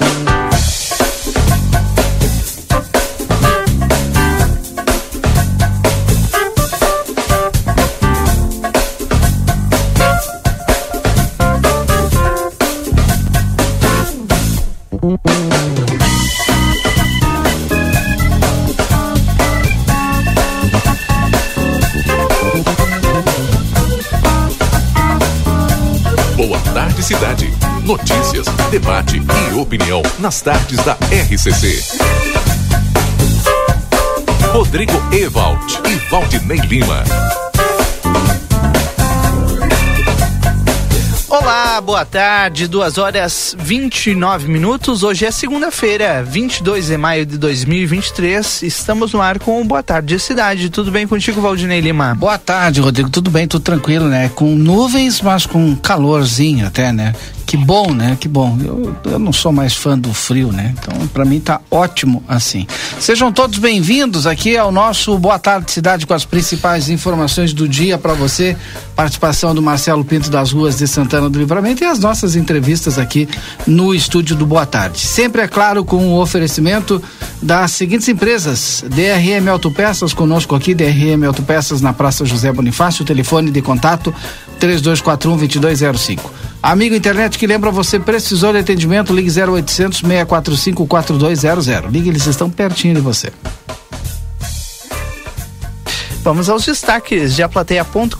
Boa tarde, cidade. Notícias, debate e opinião nas tardes da RCC. Rodrigo Ewald e Valdinei Lima. Olá, boa tarde, 2h29. Hoje é segunda-feira, 22 de maio de 2023. Estamos no ar com o Boa Tarde Cidade. Tudo bem contigo, Valdinei Lima? Boa tarde, Rodrigo. Tudo bem, tudo tranquilo, né? Com nuvens, mas com calorzinho até, né? Que bom, né? Que bom. Eu não sou mais fã do frio, né? Então, pra mim tá ótimo assim. Sejam todos bem-vindos aqui ao nosso Boa Tarde Cidade com as principais informações do dia pra você. Participação do Marcelo Pinto das Ruas de Santana do Livramento e as nossas entrevistas aqui no estúdio do Boa Tarde. Sempre, é claro, com o oferecimento das seguintes empresas: DRM Autopeças, conosco aqui, DRM Autopeças na Praça José Bonifácio, telefone de contato 3241-2205. Amigo internet que lembra você, precisou de atendimento, ligue 0800 645 4200. Ligue, eles estão pertinho de você. Vamos aos destaques de aplateia.com.br.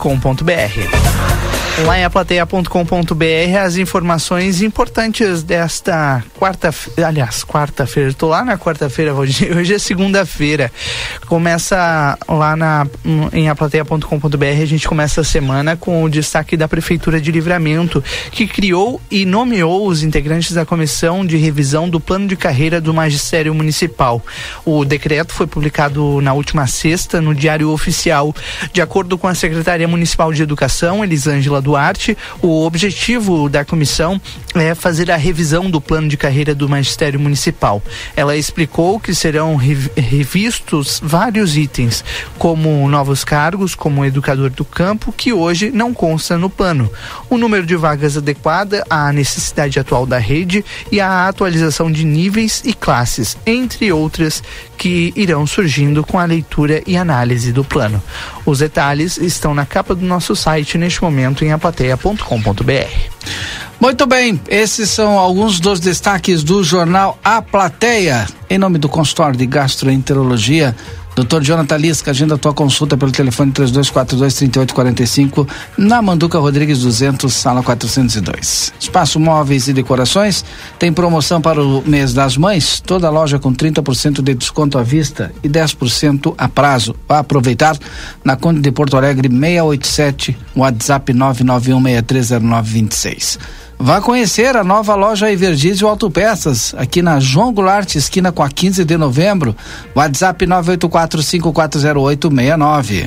Lá em aplateia.com.br as informações importantes desta quarta-feira, estou lá na quarta-feira, hoje é segunda-feira. Começa lá em aplateia.com.br, a gente começa a semana com o destaque da Prefeitura de Livramento, que criou e nomeou os integrantes da Comissão de Revisão do Plano de Carreira do Magistério Municipal. O decreto foi publicado na última sexta no Diário Oficial. De acordo com a Secretaria Municipal de Educação, Elisângela Duarte, o objetivo da comissão é fazer a revisão do plano de carreira do Magistério Municipal. Ela explicou que serão revistos vários itens, como novos cargos, como educador do campo, que hoje não consta no plano, o número de vagas adequada à necessidade atual da rede e a atualização de níveis e classes, entre outras que irão surgindo com a leitura e análise do plano. Os detalhes estão na capa do nosso site neste momento em aplateia.com.br. Muito bem, esses são alguns dos destaques do jornal A Plateia. Em nome do consultório de gastroenterologia, Dr. Jonathan Lisca, agenda a tua consulta pelo telefone 3242-3845, na Manduca Rodrigues 200, sala 402. Espaço Móveis e Decorações tem promoção para o mês das mães, toda loja com 30% de desconto à vista e 10% a prazo. Vá aproveitar na Conde de Porto Alegre 687, WhatsApp 991630926. Vá conhecer a nova loja Evergizio Autopeças, aqui na João Goulart, esquina com a 15 de novembro. WhatsApp 984-540869.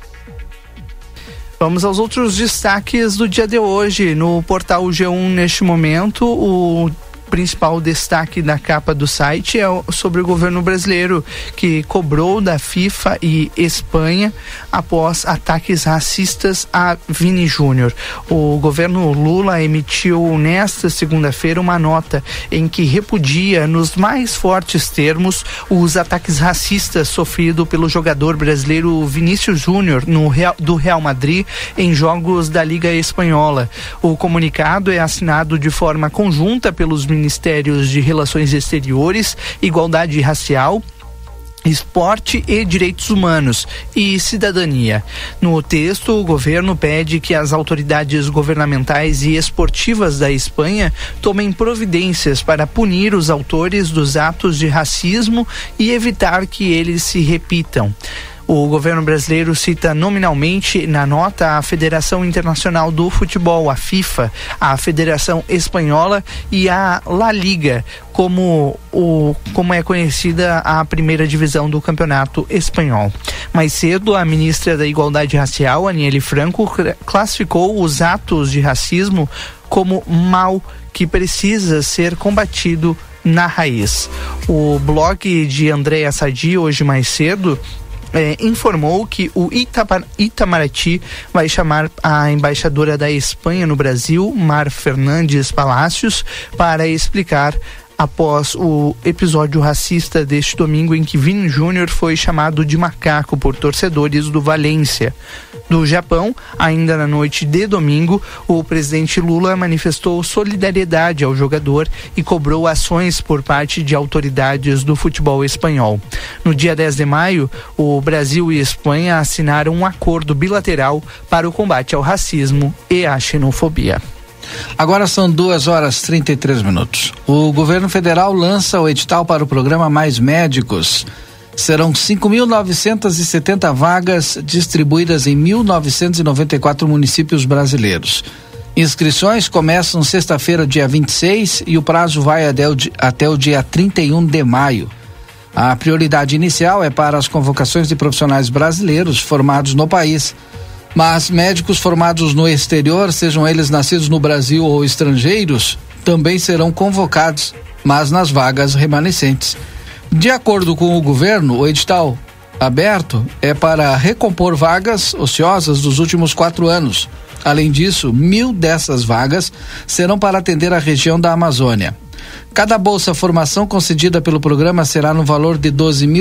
Vamos aos outros destaques do dia de hoje. No portal G1, neste momento, o principal destaque da capa do site é sobre o governo brasileiro, que cobrou da FIFA e Espanha após ataques racistas a Vini Júnior. O governo Lula emitiu nesta segunda-feira uma nota em que repudia nos mais fortes termos os ataques racistas sofridos pelo jogador brasileiro Vinícius Júnior do Real Madrid em jogos da Liga Espanhola. O comunicado é assinado de forma conjunta pelos Ministérios de Relações Exteriores, Igualdade Racial, Esporte e Direitos Humanos e Cidadania. No texto, o governo pede que as autoridades governamentais e esportivas da Espanha tomem providências para punir os autores dos atos de racismo e evitar que eles se repitam. O governo brasileiro cita nominalmente na nota a Federação Internacional do Futebol, a FIFA, a Federação Espanhola e a La Liga, como é conhecida a primeira divisão do Campeonato Espanhol. Mais cedo, a ministra da Igualdade Racial, Aniele Franco, classificou os atos de racismo como mal que precisa ser combatido na raiz. O blog de Andréa Sadi, hoje mais cedo, informou que o Itamaraty vai chamar a embaixadora da Espanha no Brasil, Mar Fernandes Palacios, para explicar após o episódio racista deste domingo em que Vini Júnior foi chamado de macaco por torcedores do Valência. Do Japão, ainda na noite de domingo, o presidente Lula manifestou solidariedade ao jogador e cobrou ações por parte de autoridades do futebol espanhol. No dia 10 de maio, o Brasil e Espanha assinaram um acordo bilateral para o combate ao racismo e à xenofobia. Agora são 2h33. O governo federal lança o edital para o programa Mais Médicos. Serão 5.970 vagas distribuídas em 1.994 municípios brasileiros. Inscrições começam sexta-feira, dia 26, e o prazo vai até o dia 31 de maio. A prioridade inicial é para as convocações de profissionais brasileiros formados no país. Mas médicos formados no exterior, sejam eles nascidos no Brasil ou estrangeiros, também serão convocados, mas nas vagas remanescentes. De acordo com o governo, o edital aberto é para recompor vagas ociosas dos últimos 4 anos. Além disso, 1.000 dessas vagas serão para atender a região da Amazônia. Cada bolsa formação concedida pelo programa será no valor de R$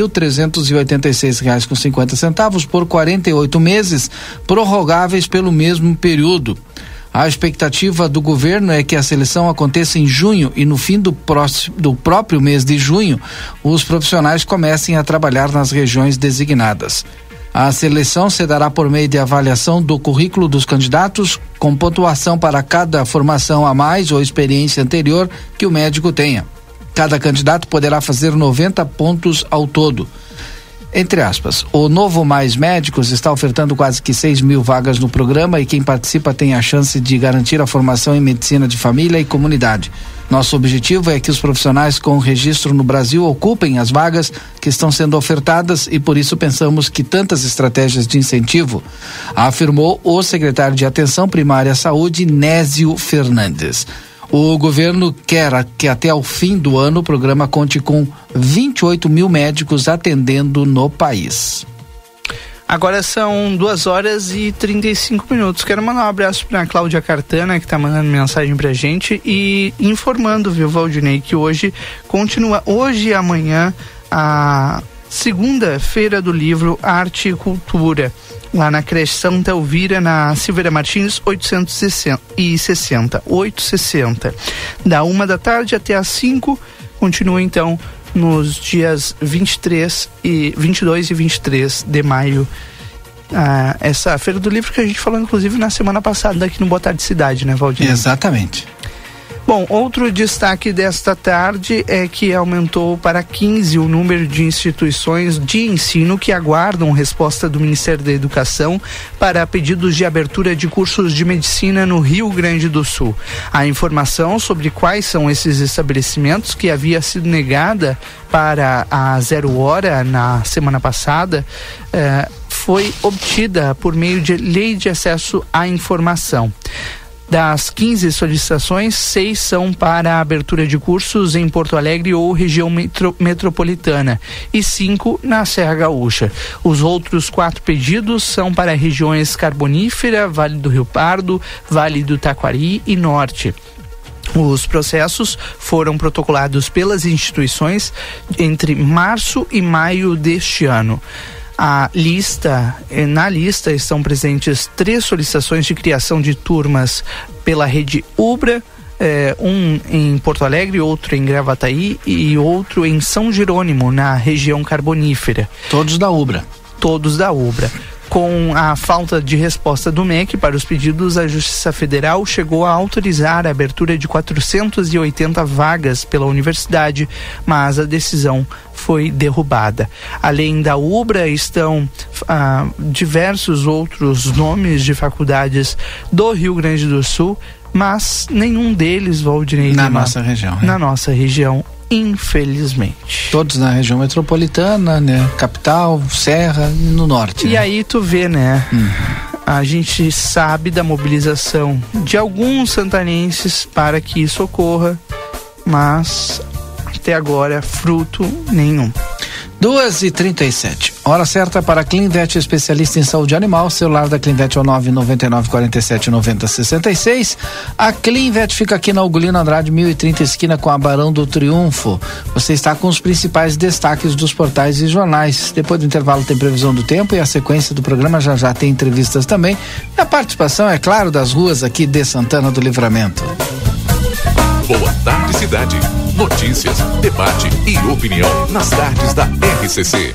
12.386,50 por 48 meses, prorrogáveis pelo mesmo período. A expectativa do governo é que a seleção aconteça em junho e no fim do próprio mês de junho, os profissionais comecem a trabalhar nas regiões designadas. A seleção se dará por meio de avaliação do currículo dos candidatos, com pontuação para cada formação a mais ou experiência anterior que o médico tenha. Cada candidato poderá fazer 90 pontos ao todo. Entre aspas, o novo Mais Médicos está ofertando quase que 6.000 vagas no programa e quem participa tem a chance de garantir a formação em medicina de família e comunidade. Nosso objetivo é que os profissionais com registro no Brasil ocupem as vagas que estão sendo ofertadas e por isso pensamos que tantas estratégias de incentivo, afirmou o secretário de Atenção Primária à Saúde, Nésio Fernandes. O governo quer que até o fim do ano o programa conte com 28.000 médicos atendendo no país. Agora são 2h35. Quero mandar um abraço para a Cláudia Cartana, que está mandando mensagem pra gente e informando, viu, Valdinei, que hoje continua, hoje e amanhã, a segunda feira do livro Arte e Cultura, lá na creche Santa Elvira, na Silveira Martins 860, da 1 da tarde até as 5, continua então nos dias 22 e 23 de maio, essa Feira do Livro que a gente falou inclusive na semana passada aqui no Boa Tarde Cidade, né, Valdir? Exatamente. Bom, outro destaque desta tarde é que aumentou para 15 o número de instituições de ensino que aguardam resposta do Ministério da Educação para pedidos de abertura de cursos de medicina no Rio Grande do Sul. A informação sobre quais são esses estabelecimentos, que havia sido negada para a 0 hora na semana passada, foi obtida por meio de Lei de Acesso à Informação. Das 15 solicitações, 6 são para a abertura de cursos em Porto Alegre ou região metropolitana e 5 na Serra Gaúcha. Os outros 4 pedidos são para regiões Carbonífera, Vale do Rio Pardo, Vale do Taquari e Norte. Os processos foram protocolados pelas instituições entre março e maio deste ano. Na lista estão presentes 3 solicitações de criação de turmas pela rede Ubra, um em Porto Alegre, outro em Gravataí e outro em São Jerônimo, na região Carbonífera. Todos da Ubra. Com a falta de resposta do MEC para os pedidos, a Justiça Federal chegou a autorizar a abertura de 480 vagas pela universidade, mas a decisão foi derrubada. Além da Ubra, estão diversos outros nomes de faculdades do Rio Grande do Sul, mas nenhum deles, Valdinei, na nossa região. Na nossa região, infelizmente. Todos na região metropolitana, né? Capital, Serra e no norte. E né? Aí tu vê, né? A gente sabe da mobilização de alguns santanenses para que isso ocorra, mas até agora fruto nenhum. 2h37. Hora certa para a Clinvet, especialista em saúde animal. Celular da Clinvet é o 999479066. A Clinvet fica aqui na Ugolino Andrade 1030, esquina com a Barão do Triunfo. Você está com os principais destaques dos portais e jornais. Depois do intervalo tem previsão do tempo e a sequência do programa já tem entrevistas também. E a participação, é claro, das ruas aqui de Santana do Livramento. Boa Tarde Cidade. Notícias, debate e opinião nas tardes da RCC.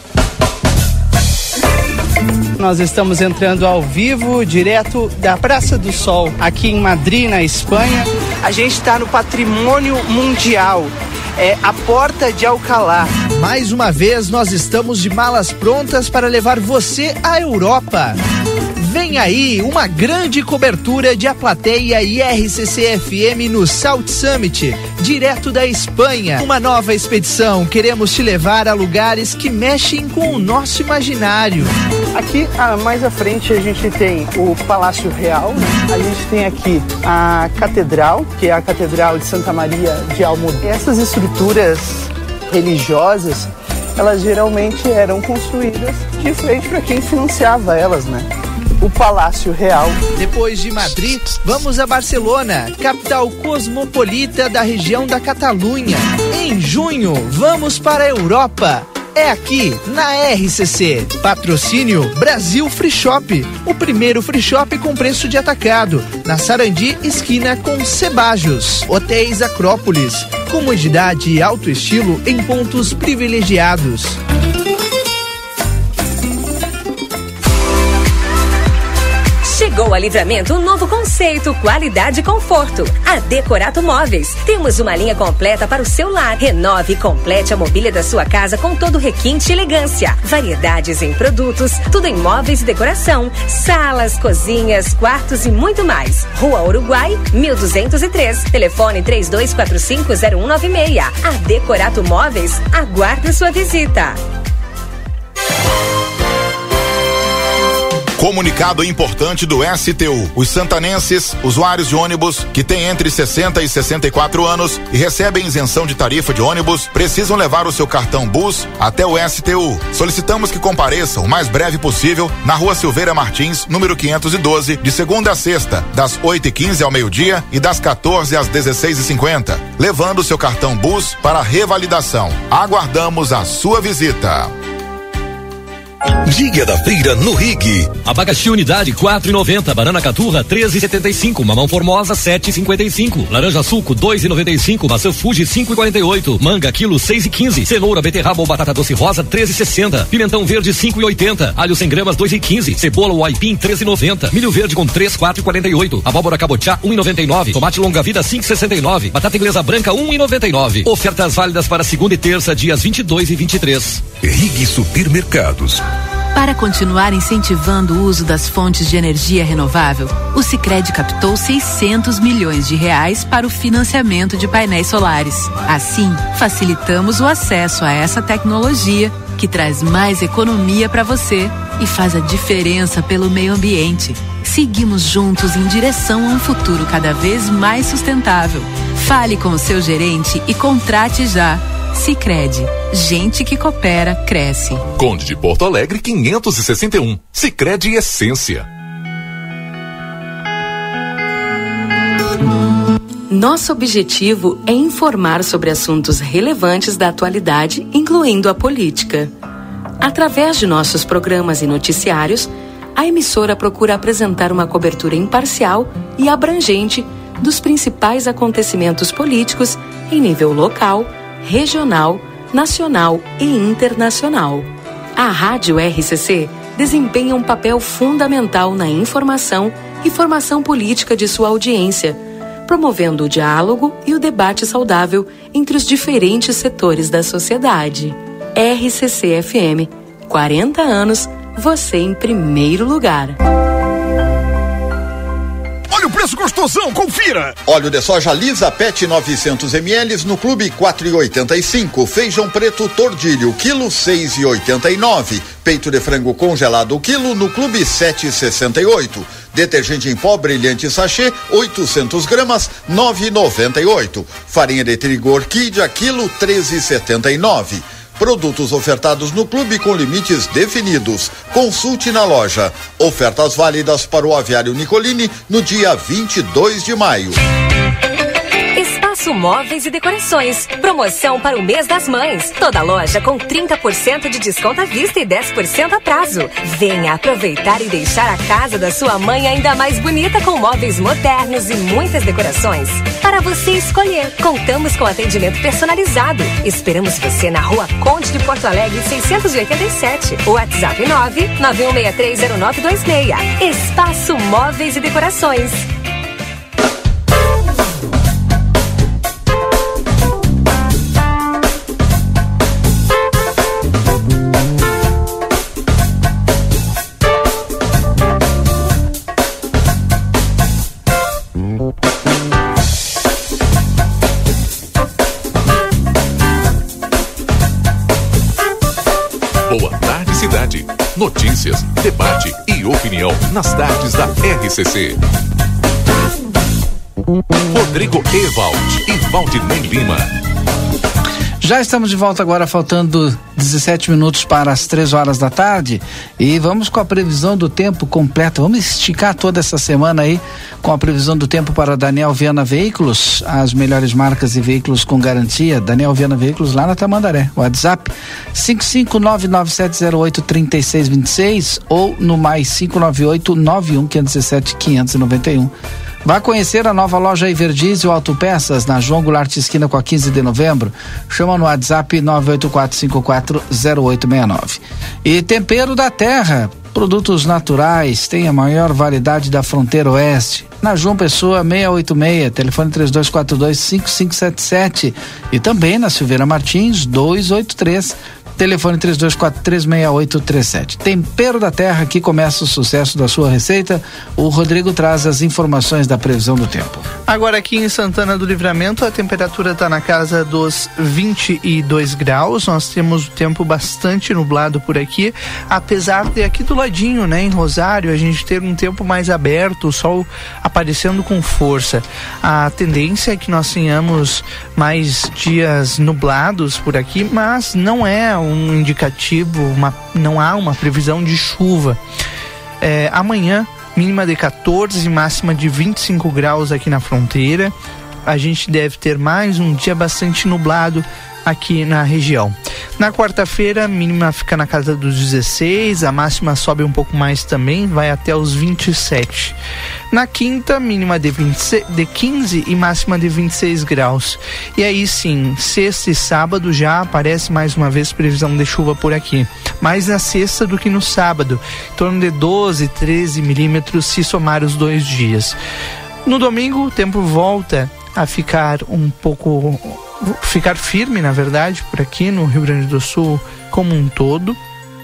Nós estamos entrando ao vivo, direto da Praça do Sol, aqui em Madrid, na Espanha. A gente está no Patrimônio Mundial. É a Porta de Alcalá. Mais uma vez, nós estamos de malas prontas para levar você à Europa. Vem aí uma grande cobertura de A Plateia e RCC FM no South Summit, direto da Espanha. Uma nova expedição, queremos te levar a lugares que mexem com o nosso imaginário. Aqui, mais à frente, a gente tem o Palácio Real, a gente tem aqui a Catedral, que é a Catedral de Santa Maria de Almudena. Essas estruturas religiosas, elas geralmente eram construídas de frente para quem financiava elas, né? O Palácio Real. Depois de Madrid, vamos a Barcelona, capital cosmopolita da região da Catalunha. Em junho, vamos para a Europa. É aqui, na RCC. Patrocínio Brasil Free Shop, o primeiro free shop com preço de atacado, na Sarandi, esquina com Cebajos. Hotéis Acrópolis, comodidade e alto estilo em pontos privilegiados. Chegou a Livramento um novo conceito, qualidade e conforto. A Decorato Móveis. Temos uma linha completa para o seu lar. Renove e complete a mobília da sua casa com todo requinte e elegância. Variedades em produtos, tudo em móveis e decoração. Salas, cozinhas, quartos e muito mais. Rua Uruguai, 1203. Telefone 3245-0196. A Decorato Móveis aguarda sua visita. Comunicado importante do STU. Os santanenses, usuários de ônibus que têm entre 60 e 64 anos e recebem isenção de tarifa de ônibus, precisam levar o seu cartão BUS até o STU. Solicitamos que compareçam o mais breve possível na Rua Silveira Martins, número 512, de segunda a sexta, das 8h15 ao meio-dia e das 14 às 16h50, levando o seu cartão BUS para revalidação. Aguardamos a sua visita. Dia da feira no Rig. Abacaxi unidade 4,90, banana caturra 13,75, mamão formosa 7,55, laranja suco 2,95, maçã Fuji 5,48, manga quilo 6,15, cenoura, beterraba ou batata doce rosa 13,60, pimentão verde 5,80, alho 100 gramas 2,15, cebola ou aipim 13,90, milho verde com 3,4,48, abóbora cabotiá 1,99, tomate longa vida 5,69, batata inglesa branca 1,99. Ofertas válidas para segunda e terça, dias 22 e 23. Rig Supermercados. Para continuar incentivando o uso das fontes de energia renovável, o Sicredi captou 600 milhões de reais para o financiamento de painéis solares. Assim, facilitamos o acesso a essa tecnologia que traz mais economia para você e faz a diferença pelo meio ambiente. Seguimos juntos em direção a um futuro cada vez mais sustentável. Fale com o seu gerente e contrate já. Sicredi, gente que coopera, cresce. Conde de Porto Alegre 561. Sicredi Essência. Nosso objetivo é informar sobre assuntos relevantes da atualidade, incluindo a política. Através de nossos programas e noticiários, a emissora procura apresentar uma cobertura imparcial e abrangente dos principais acontecimentos políticos em nível local, regional, nacional e internacional. A Rádio RCC desempenha um papel fundamental na informação e formação política de sua audiência, promovendo o diálogo e o debate saudável entre os diferentes setores da sociedade. RCC FM, 40 anos, você em primeiro lugar. Olha o preço gostosão, confira! Óleo de soja Lisa PET 900 ml no Clube 4,85. Feijão preto Tordilho, quilo 6,89. Peito de frango congelado, quilo no Clube 7,68. Detergente em pó brilhante sachê, 800 gramas, 9,98. Farinha de trigo Orquídea, quilo 13,79. Produtos ofertados no clube com limites definidos. Consulte na loja. Ofertas válidas para o Aviário Nicolini no dia 22 de maio. Espaço Móveis e Decorações. Promoção para o mês das mães. Toda loja com 30% de desconto à vista e 10% a prazo. Venha aproveitar e deixar a casa da sua mãe ainda mais bonita com móveis modernos e muitas decorações. Para você escolher, contamos com atendimento personalizado. Esperamos você na Rua Conde de Porto Alegre 687. WhatsApp 991630926. Espaço Móveis e Decorações. Boa tarde, cidade. Notícias, debate e opinião nas tardes da RCC. Rodrigo Ewald e Valdinei Lima. Já estamos de volta agora, faltando 17 minutos para as 3 horas da tarde, e vamos com a previsão do tempo completa. Vamos esticar toda essa semana aí com a previsão do tempo para Daniel Viana Veículos, as melhores marcas e veículos com garantia. Daniel Viana Veículos lá na Tamandaré. WhatsApp 55997083626 ou no mais 598-91-517-591. Vá conhecer a nova loja Everdiesel Autopeças na João Goulart esquina com a 15 de novembro. Chama no WhatsApp 984540869. E Tempero da Terra, produtos naturais, tem a maior variedade da fronteira oeste. Na João Pessoa 686, telefone 3242-5577. E também na Silveira Martins 283, telefone 3243-6837. Tempero da Terra, aqui começa o sucesso da sua receita. O Rodrigo traz as informações da previsão do tempo. Agora aqui em Santana do Livramento, a temperatura está na casa dos 22 graus. Nós temos o tempo bastante nublado por aqui, apesar de aqui do ladinho, né, em Rosário, a gente ter um tempo mais aberto, o sol aparecendo com força. A tendência é que nós tenhamos mais dias nublados por aqui, mas não é um indicativo, não há uma previsão de chuva. Amanhã, mínima de 14 e máxima de 25 graus aqui na fronteira. A gente deve ter mais um dia bastante nublado aqui na região. Na quarta-feira, mínima fica na casa dos 16, a máxima sobe um pouco mais também, vai até os 27. Na quinta, mínima de 15 e máxima de 26 graus. E aí sim, sexta e sábado já aparece mais uma vez previsão de chuva por aqui. Mais na sexta do que no sábado, em torno de 12, 13 milímetros se somar os 2 dias. No domingo, o tempo volta a ficar ficar firme, na verdade, por aqui no Rio Grande do Sul como um todo.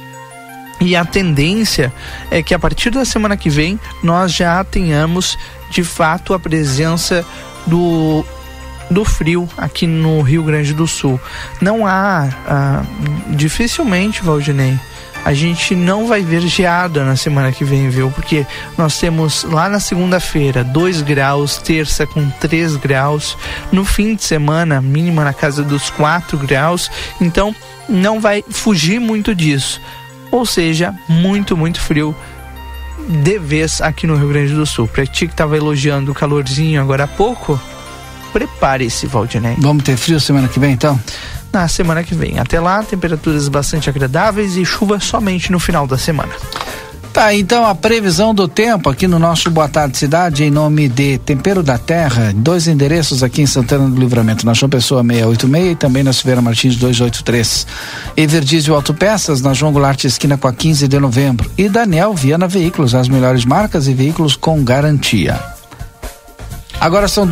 E a tendência é que a partir da semana que vem nós já tenhamos de fato a presença do frio aqui no Rio Grande do Sul. Não há, dificilmente, Valdinei, a gente não vai ver geada na semana que vem, viu? Porque nós temos lá na segunda-feira 2 graus, terça com 3 graus, no fim de semana mínima na casa dos 4 graus, então não vai fugir muito disso. Ou seja, muito, muito frio de vez aqui no Rio Grande do Sul. Pra ti que tava elogiando o calorzinho agora há pouco, prepare-se, Valdinei. Vamos ter frio semana que vem, então? Na semana que vem. Até lá, temperaturas bastante agradáveis e chuva somente no final da semana. Tá, então a previsão do tempo aqui no nosso Boa Tarde Cidade, em nome de Tempero da Terra, 2 endereços aqui em Santana do Livramento, na João Pessoa 686 e também na Silveira Martins 283. Everdiesel Autopeças, na João Goulart esquina com a 15 de novembro. E Daniel Viana Veículos, as melhores marcas e veículos com garantia. Agora são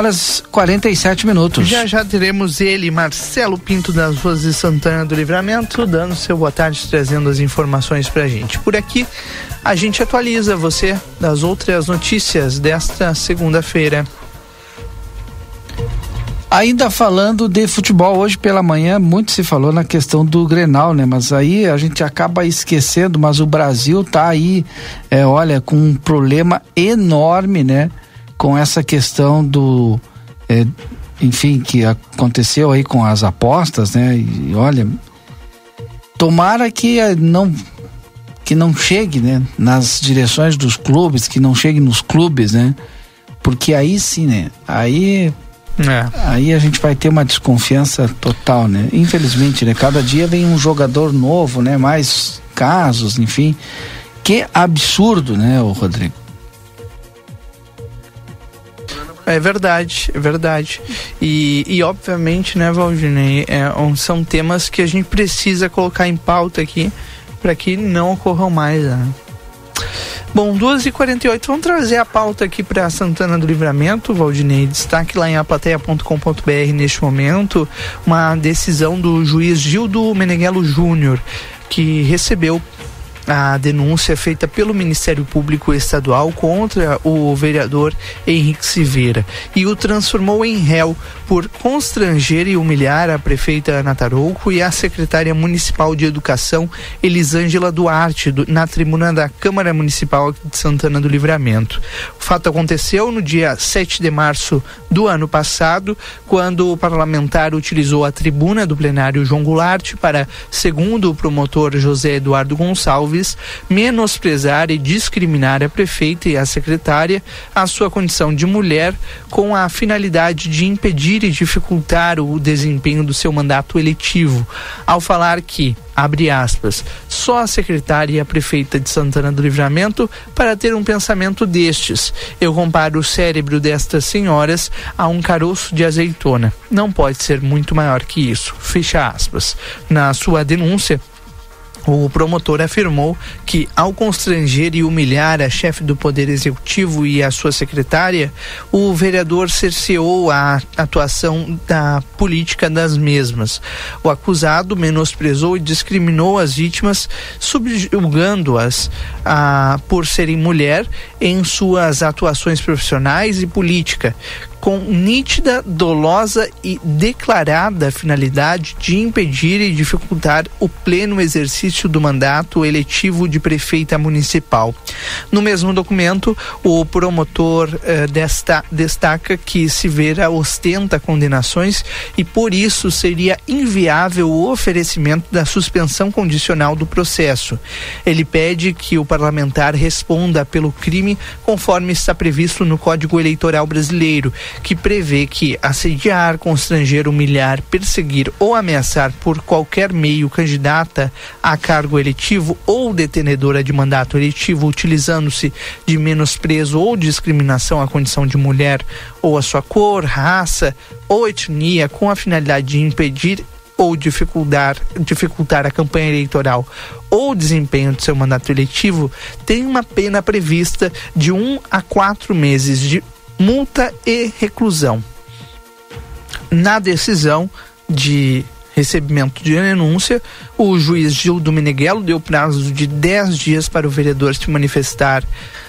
2h47. Já teremos ele, Marcelo Pinto, das ruas de Santana do Livramento, dando seu boa tarde, trazendo as informações pra gente. Por aqui, a gente atualiza você das outras notícias desta segunda-feira. Ainda falando de futebol, hoje pela manhã muito se falou na questão do Grenal, né? Mas aí a gente acaba esquecendo, mas o Brasil tá aí, olha, com um problema enorme, né? Com essa questão do, enfim, que aconteceu aí com as apostas, né? E olha, tomara que não chegue, né, nas direções dos clubes, que não chegue nos clubes, né? Porque aí sim, né? Aí a gente vai ter uma desconfiança total, né? Infelizmente, né? Cada dia vem um jogador novo, né? Mais casos, enfim. Que absurdo, né, Rodrigo? É verdade. E obviamente, né, Valdinei, são temas que a gente precisa colocar em pauta aqui para que não ocorram mais, né? Bom, 2h48, vamos trazer a pauta aqui para Santana do Livramento, Valdinei. Destaque lá em aplateia.com.br neste momento, uma decisão do juiz Gildo Meneghello Júnior, que recebeu a denúncia feita pelo Ministério Público Estadual contra o vereador Henrique Silveira e o transformou em réu por constranger e humilhar a prefeita Ana Tarouco e a secretária municipal de Educação Elisângela Duarte na tribuna da Câmara Municipal de Santana do Livramento. O fato aconteceu no dia 7 de março do ano passado, quando o parlamentar utilizou a tribuna do plenário João Goulart para, segundo o promotor José Eduardo Gonçalves, menosprezar e discriminar a prefeita e a secretária, a sua condição de mulher, com a finalidade de impedir e dificultar o desempenho do seu mandato eletivo, ao falar que, abre aspas, só a secretária e a prefeita de Santana do Livramento para ter um pensamento destes. Eu comparo o cérebro destas senhoras a um caroço de azeitona. Não pode ser muito maior que isso. Fecha aspas. Na sua denúncia, o promotor afirmou que, ao constranger e humilhar a chefe do Poder Executivo e a sua secretária, o vereador cerceou a atuação da política das mesmas. O acusado menosprezou e discriminou as vítimas, subjugando-as por serem mulher em suas atuações profissionais e política, com nítida, dolosa e declarada finalidade de impedir e dificultar o pleno exercício do mandato eletivo de prefeita municipal. No mesmo documento, o promotor destaca que Silveira ostenta condenações e por isso seria inviável o oferecimento da suspensão condicional do processo. Ele pede que o parlamentar responda pelo crime conforme está previsto no Código Eleitoral Brasileiro, que prevê que assediar, constranger, humilhar, perseguir ou ameaçar por qualquer meio candidata a cargo eletivo ou detenedora de mandato eletivo, utilizando-se de menosprezo ou discriminação à condição de mulher ou à sua cor, raça ou etnia, com a finalidade de impedir ou dificultar a campanha eleitoral ou desempenho de seu mandato eletivo, tem uma pena prevista de 1 a 4 meses de multa e reclusão. Na decisão de recebimento de denúncia, o juiz Gildo Meneghello deu prazo de 10 dias para o vereador se manifestar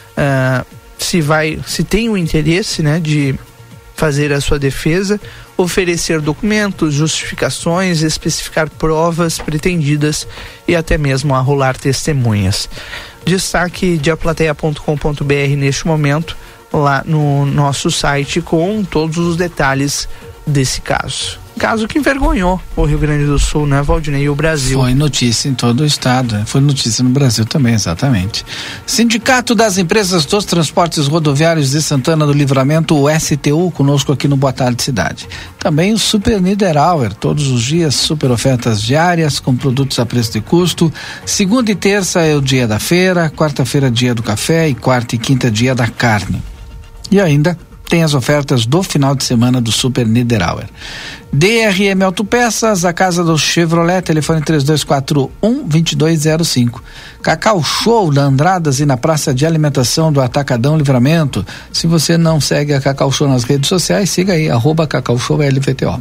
se tem o interesse, né, de fazer a sua defesa, oferecer documentos, justificações, especificar provas pretendidas e até mesmo arrolar testemunhas. Destaque de aplateia.com.br neste momento, lá no nosso site, com todos os detalhes desse caso. Caso que envergonhou o Rio Grande do Sul, né, Valdinei, e o Brasil. Foi notícia em todo o estado, né? Foi notícia no Brasil também, exatamente. Sindicato das Empresas dos Transportes Rodoviários de Santana do Livramento, o STU, conosco aqui no Boa Tarde Cidade. Também o Super Niederauer, todos os dias, super ofertas diárias com produtos a preço de custo. Segunda e terça é o dia da feira, quarta-feira dia do café e quarta e quinta dia da carne. E ainda tem as ofertas do final de semana do Super Niederauer. DRM Autopeças, a casa do Chevrolet, telefone 3241-2205. Cacau Show da Andradas e na praça de alimentação do Atacadão Livramento. Se você não segue a Cacau Show nas redes sociais, siga aí, @Cacau Show LVTO.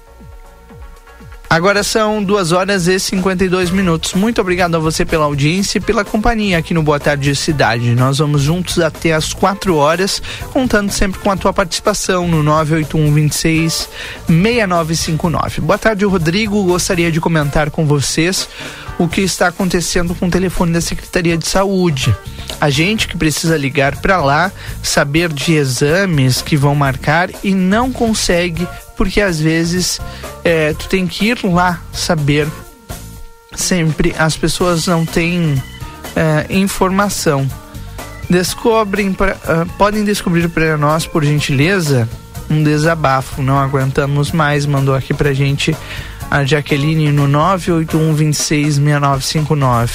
Agora são 2h52. Muito obrigado a você pela audiência e pela companhia aqui no Boa Tarde Cidade. Nós vamos juntos até às 4h, contando sempre com a tua participação no 981266959. Boa tarde, Rodrigo. Gostaria de comentar com vocês o que está acontecendo com o telefone da Secretaria de Saúde. A gente que precisa ligar para lá, saber de exames que vão marcar e não consegue, porque às vezes tu tem que ir lá saber sempre as pessoas não têm informação. Podem descobrir para nós, por gentileza, um desabafo. Não aguentamos mais, mandou aqui pra gente a Jaqueline no 981266959.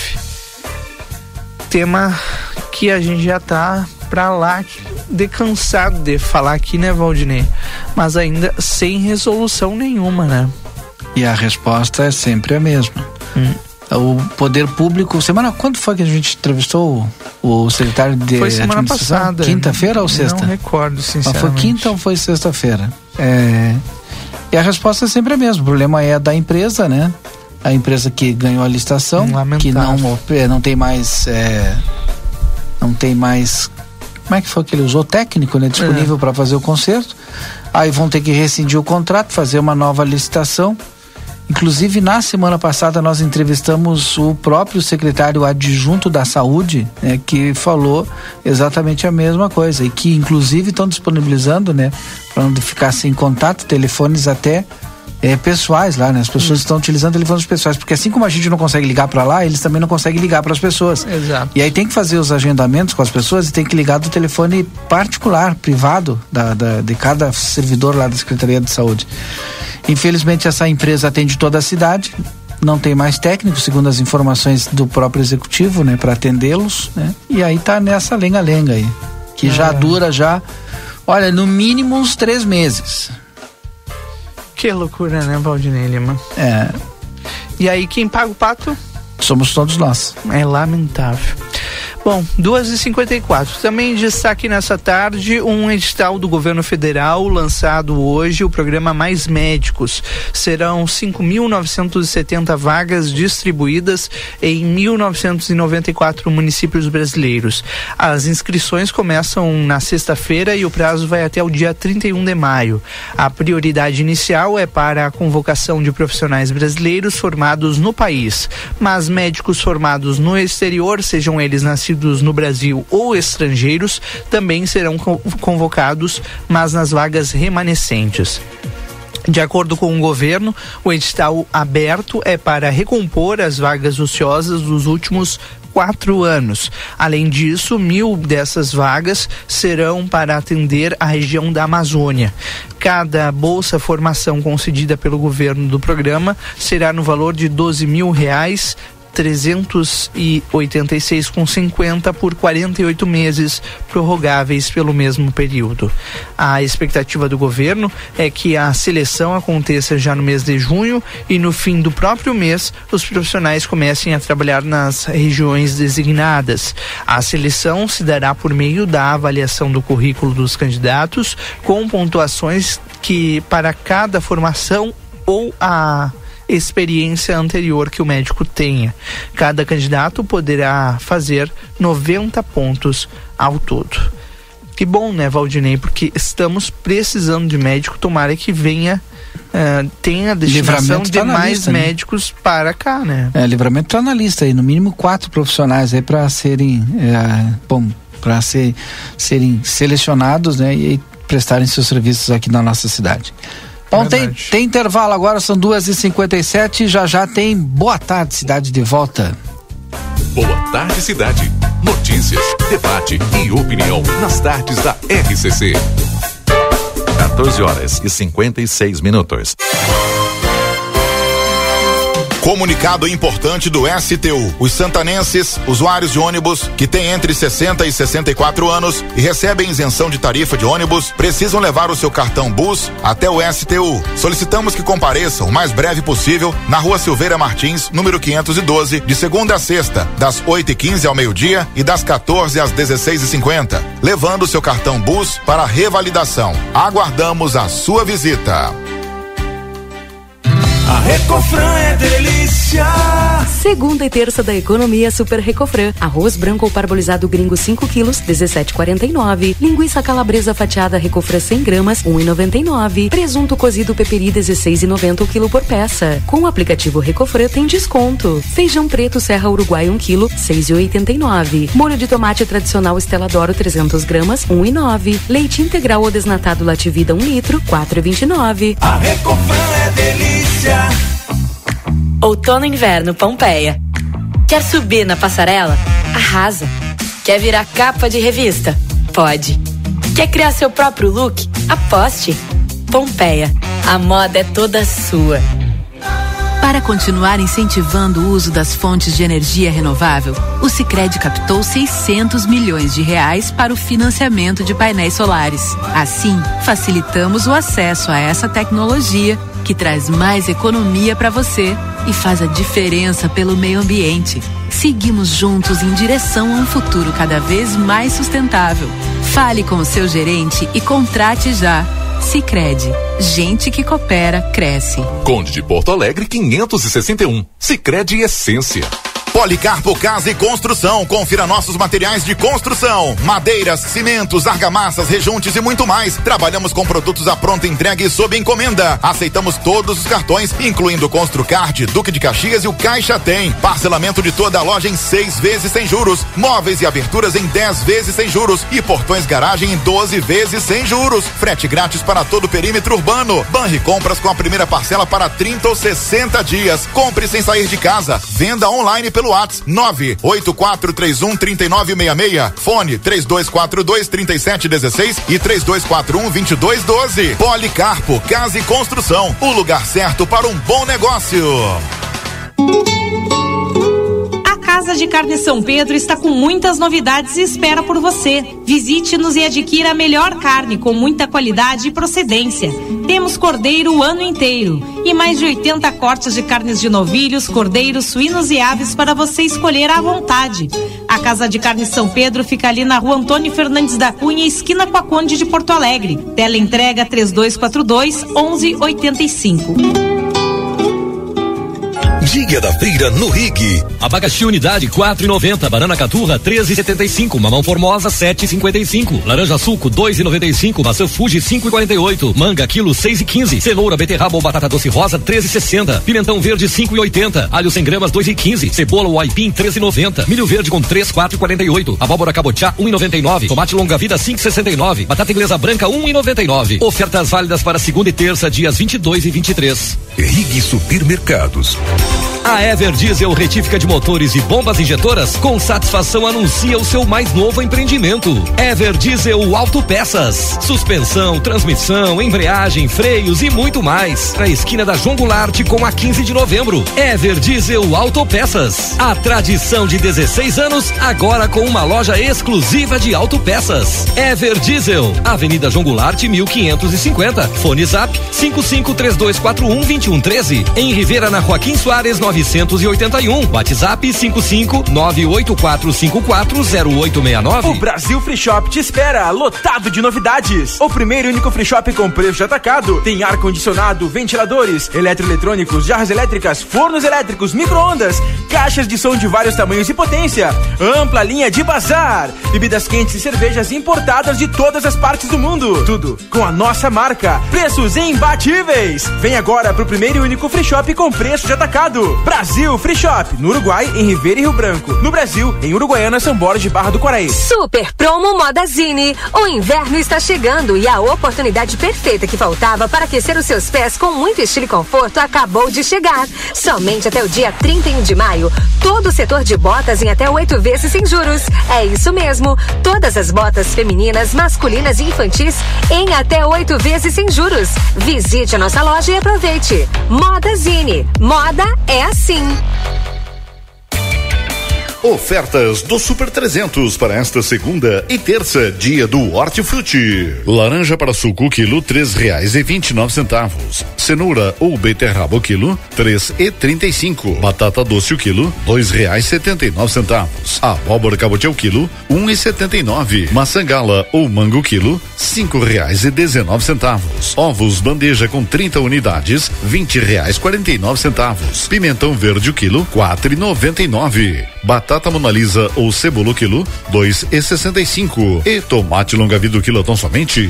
Tema que a gente já tá pra lá de cansado de falar aqui, né, Valdinei? Mas ainda sem resolução nenhuma, né? E a resposta é sempre a mesma. O poder público, quando foi que a gente entrevistou o secretário de Foi semana passada. Quinta-feira ou sexta? Não recordo, sinceramente. Foi quinta ou foi sexta-feira? E a resposta é sempre a mesma. O problema é da empresa, né? A empresa que ganhou a licitação, que não tem mais como é que foi que ele usou? Técnico, né? Disponível para fazer o conserto. Aí vão ter que rescindir o contrato, fazer uma nova licitação. Inclusive, na semana passada, nós entrevistamos o próprio secretário adjunto da Saúde, né, que falou exatamente a mesma coisa, e que, inclusive, estão disponibilizando, né, para não ficar sem contato, telefones até pessoais lá, né? As pessoas estão utilizando telefones pessoais, porque assim como a gente não consegue ligar para lá, eles também não conseguem ligar para as pessoas. Exato. E aí tem que fazer os agendamentos com as pessoas e tem que ligar do telefone particular, privado, de cada servidor lá da Secretaria de Saúde. Infelizmente, essa empresa atende toda a cidade, não tem mais técnico, segundo as informações do próprio executivo, né, para atendê-los, né? E aí tá nessa lenga-lenga aí, que já dura olha, no mínimo uns 3 meses. Que loucura, né, Valdinei Lima? E aí, quem paga o pato? Somos todos nós. É lamentável. Bom, 2h54. Também destaque nessa tarde um edital do governo federal lançado hoje, o programa Mais Médicos. Serão 5.970 vagas distribuídas em 1.994 municípios brasileiros. As inscrições começam na sexta-feira e o prazo vai até o dia 31 de maio. A prioridade inicial é para a convocação de profissionais brasileiros formados no país, mas médicos formados no exterior, sejam eles nascidos no Brasil ou estrangeiros, também serão convocados, mas nas vagas remanescentes. De acordo com o governo, o edital aberto é para recompor as vagas ociosas dos últimos 4 anos. Além disso, 1.000 dessas vagas serão para atender a região da Amazônia. Cada bolsa formação concedida pelo governo do programa será no valor de R$12.000, 386,50 por 48 meses, prorrogáveis pelo mesmo período. A expectativa do governo é que a seleção aconteça já no mês de junho e no fim do próprio mês os profissionais comecem a trabalhar nas regiões designadas. A seleção se dará por meio da avaliação do currículo dos candidatos, com pontuações que para cada formação ou a experiência anterior que o médico tenha. Cada candidato poderá fazer 90 pontos ao todo. Que bom, né, Valdinei? Porque estamos precisando de médico. Tomara que venha, tenha a destinação de mais lista, médicos, né, para cá, né? Livramento está na lista aí, no mínimo 4 profissionais aí para serem serem selecionados, né, e prestarem seus serviços aqui na nossa cidade. Bom, tem intervalo agora, são 2h57, já tem Boa Tarde Cidade de volta. Boa Tarde Cidade. Notícias, debate e opinião nas tardes da RCC. 14h56. Comunicado importante do STU. Os santanenses, usuários de ônibus que têm entre 60 e 64 anos e recebem isenção de tarifa de ônibus, precisam levar o seu cartão BUS até o STU. Solicitamos que compareçam o mais breve possível na Rua Silveira Martins, número 512, de segunda a sexta, das 8h15 ao meio-dia e das 14 às 16h50, levando o seu cartão BUS para revalidação. Aguardamos a sua visita. A Recofran é delícia. Segunda e terça da economia Super Recofran. Arroz branco ou parbolizado gringo 5 quilos, 17,49. Linguiça calabresa fatiada Recofran 100 gramas, 1,99. Presunto cozido peperi 16,90 o quilo por peça. Com o aplicativo Recofran tem desconto. Feijão preto Serra Uruguai 1 quilo, 6,89. Molho de tomate tradicional Estela Doro 300 gramas, 1,9. Leite integral ou desnatado Lativida 1 litro, 4,29. A Recofran é delícia. Outono e inverno Pompeia. Quer subir na passarela? Arrasa. Quer virar capa de revista? Pode. Quer criar seu próprio look? Aposte. Pompeia. A moda é toda sua. Para continuar incentivando o uso das fontes de energia renovável, o Sicredi captou R$600 milhões para o financiamento de painéis solares. Assim, facilitamos o acesso a essa tecnologia que traz mais economia para você e faz a diferença pelo meio ambiente. Seguimos juntos em direção a um futuro cada vez mais sustentável. Fale com o seu gerente e contrate já. Sicredi, gente que coopera, cresce. Conde de Porto Alegre 561. Sicredi Essência. Policarpo Casa e Construção. Confira nossos materiais de construção: madeiras, cimentos, argamassas, rejuntes e muito mais. Trabalhamos com produtos à pronta entrega e sob encomenda. Aceitamos todos os cartões, incluindo o Construcard, Duque de Caxias e o Caixa Tem. Parcelamento de toda a loja em 6 vezes sem juros. Móveis e aberturas em 10 vezes sem juros. E portões garagem em 12 vezes sem juros. Frete grátis para todo o perímetro urbano. Banri Compras com a primeira parcela para 30 ou 60 dias. Compre sem sair de casa. Venda online pelo WhatsApp 984313966, fone 3242-3716 e 3241-2212. Policarpo Casa e Construção, o lugar certo para um bom negócio. Casa de Carne São Pedro está com muitas novidades e espera por você. Visite-nos e adquira a melhor carne com muita qualidade e procedência. Temos cordeiro o ano inteiro e mais de 80 cortes de carnes de novilhos, cordeiros, suínos e aves para você escolher à vontade. A Casa de Carne São Pedro fica ali na Rua Antônio Fernandes da Cunha, esquina com a Conde de Porto Alegre. Teleentrega 3242-1185. Dia da feira no Rig. Abacaxi unidade 4,90, banana caturra 13,75, mamão formosa 7,55, laranja suco 2,95, maçã Fuji 5,48, manga quilo 6,15, cenoura, beterraba ou batata doce rosa 13,60, pimentão verde 5,80, alho 100 gramas 2,15, cebola ou aipim 13,90, milho verde com 3,4,48, abóbora cabotiá 1,99, tomate longa vida 5,69, batata inglesa branca 1,99. Ofertas válidas para segunda e terça, dias 22 e 23. Rig Supermercados. A Ever Diesel Retífica de Motores e Bombas Injetoras com satisfação anuncia o seu mais novo empreendimento. Ever Diesel Autopeças. Suspensão, transmissão, embreagem, freios e muito mais. Na esquina da João Goulart com a 15 de novembro. Ever Diesel Autopeças. A tradição de 16 anos agora com uma loja exclusiva de autopeças. Ever Diesel, Avenida João Goulart 1550. Fone Zap 5532412113. Em Rivera, na Joaquim Soares 981. WhatsApp 55984540869. O Brasil Free Shop te espera, lotado de novidades. O primeiro e único free shop com preço de atacado. Tem ar-condicionado, ventiladores, eletroeletrônicos, jarras elétricas, fornos elétricos, micro-ondas, caixas de som de vários tamanhos e potência, ampla linha de bazar, bebidas quentes e cervejas importadas de todas as partes do mundo. Tudo com a nossa marca. Preços imbatíveis. Vem agora pro primeiro e único free shop com preço de atacado. Brasil Free Shop, no Uruguai, em Ribeira e Rio Branco. No Brasil, em Uruguaiana, São Borges de Barra do Quaraí. Super Promo Modazine. O inverno está chegando e a oportunidade perfeita que faltava para aquecer os seus pés com muito estilo e conforto acabou de chegar. Somente até o dia 31 de maio, todo o setor de botas em até 8 vezes sem juros. É isso mesmo, todas as botas femininas, masculinas e infantis em até 8 vezes sem juros. Visite a nossa loja e aproveite. Modazine. Moda é assim. Ofertas do Super 300 para esta segunda e terça, dia do Hortifruti. Laranja para suco, quilo R$3,29. Cenoura ou beterraba, quilo R$3,35. Batata doce, o quilo R$2,79. Abóbora cabotiá, quilo R$1,79. Maçã gala ou mango, quilo R$5,19. Ovos bandeja com 30 unidades, R$20,49. Pimentão verde, o quilo R$4,99. Batata Monalisa ou cebola quilo R$2,65 e tomate longa vida quilo tão somente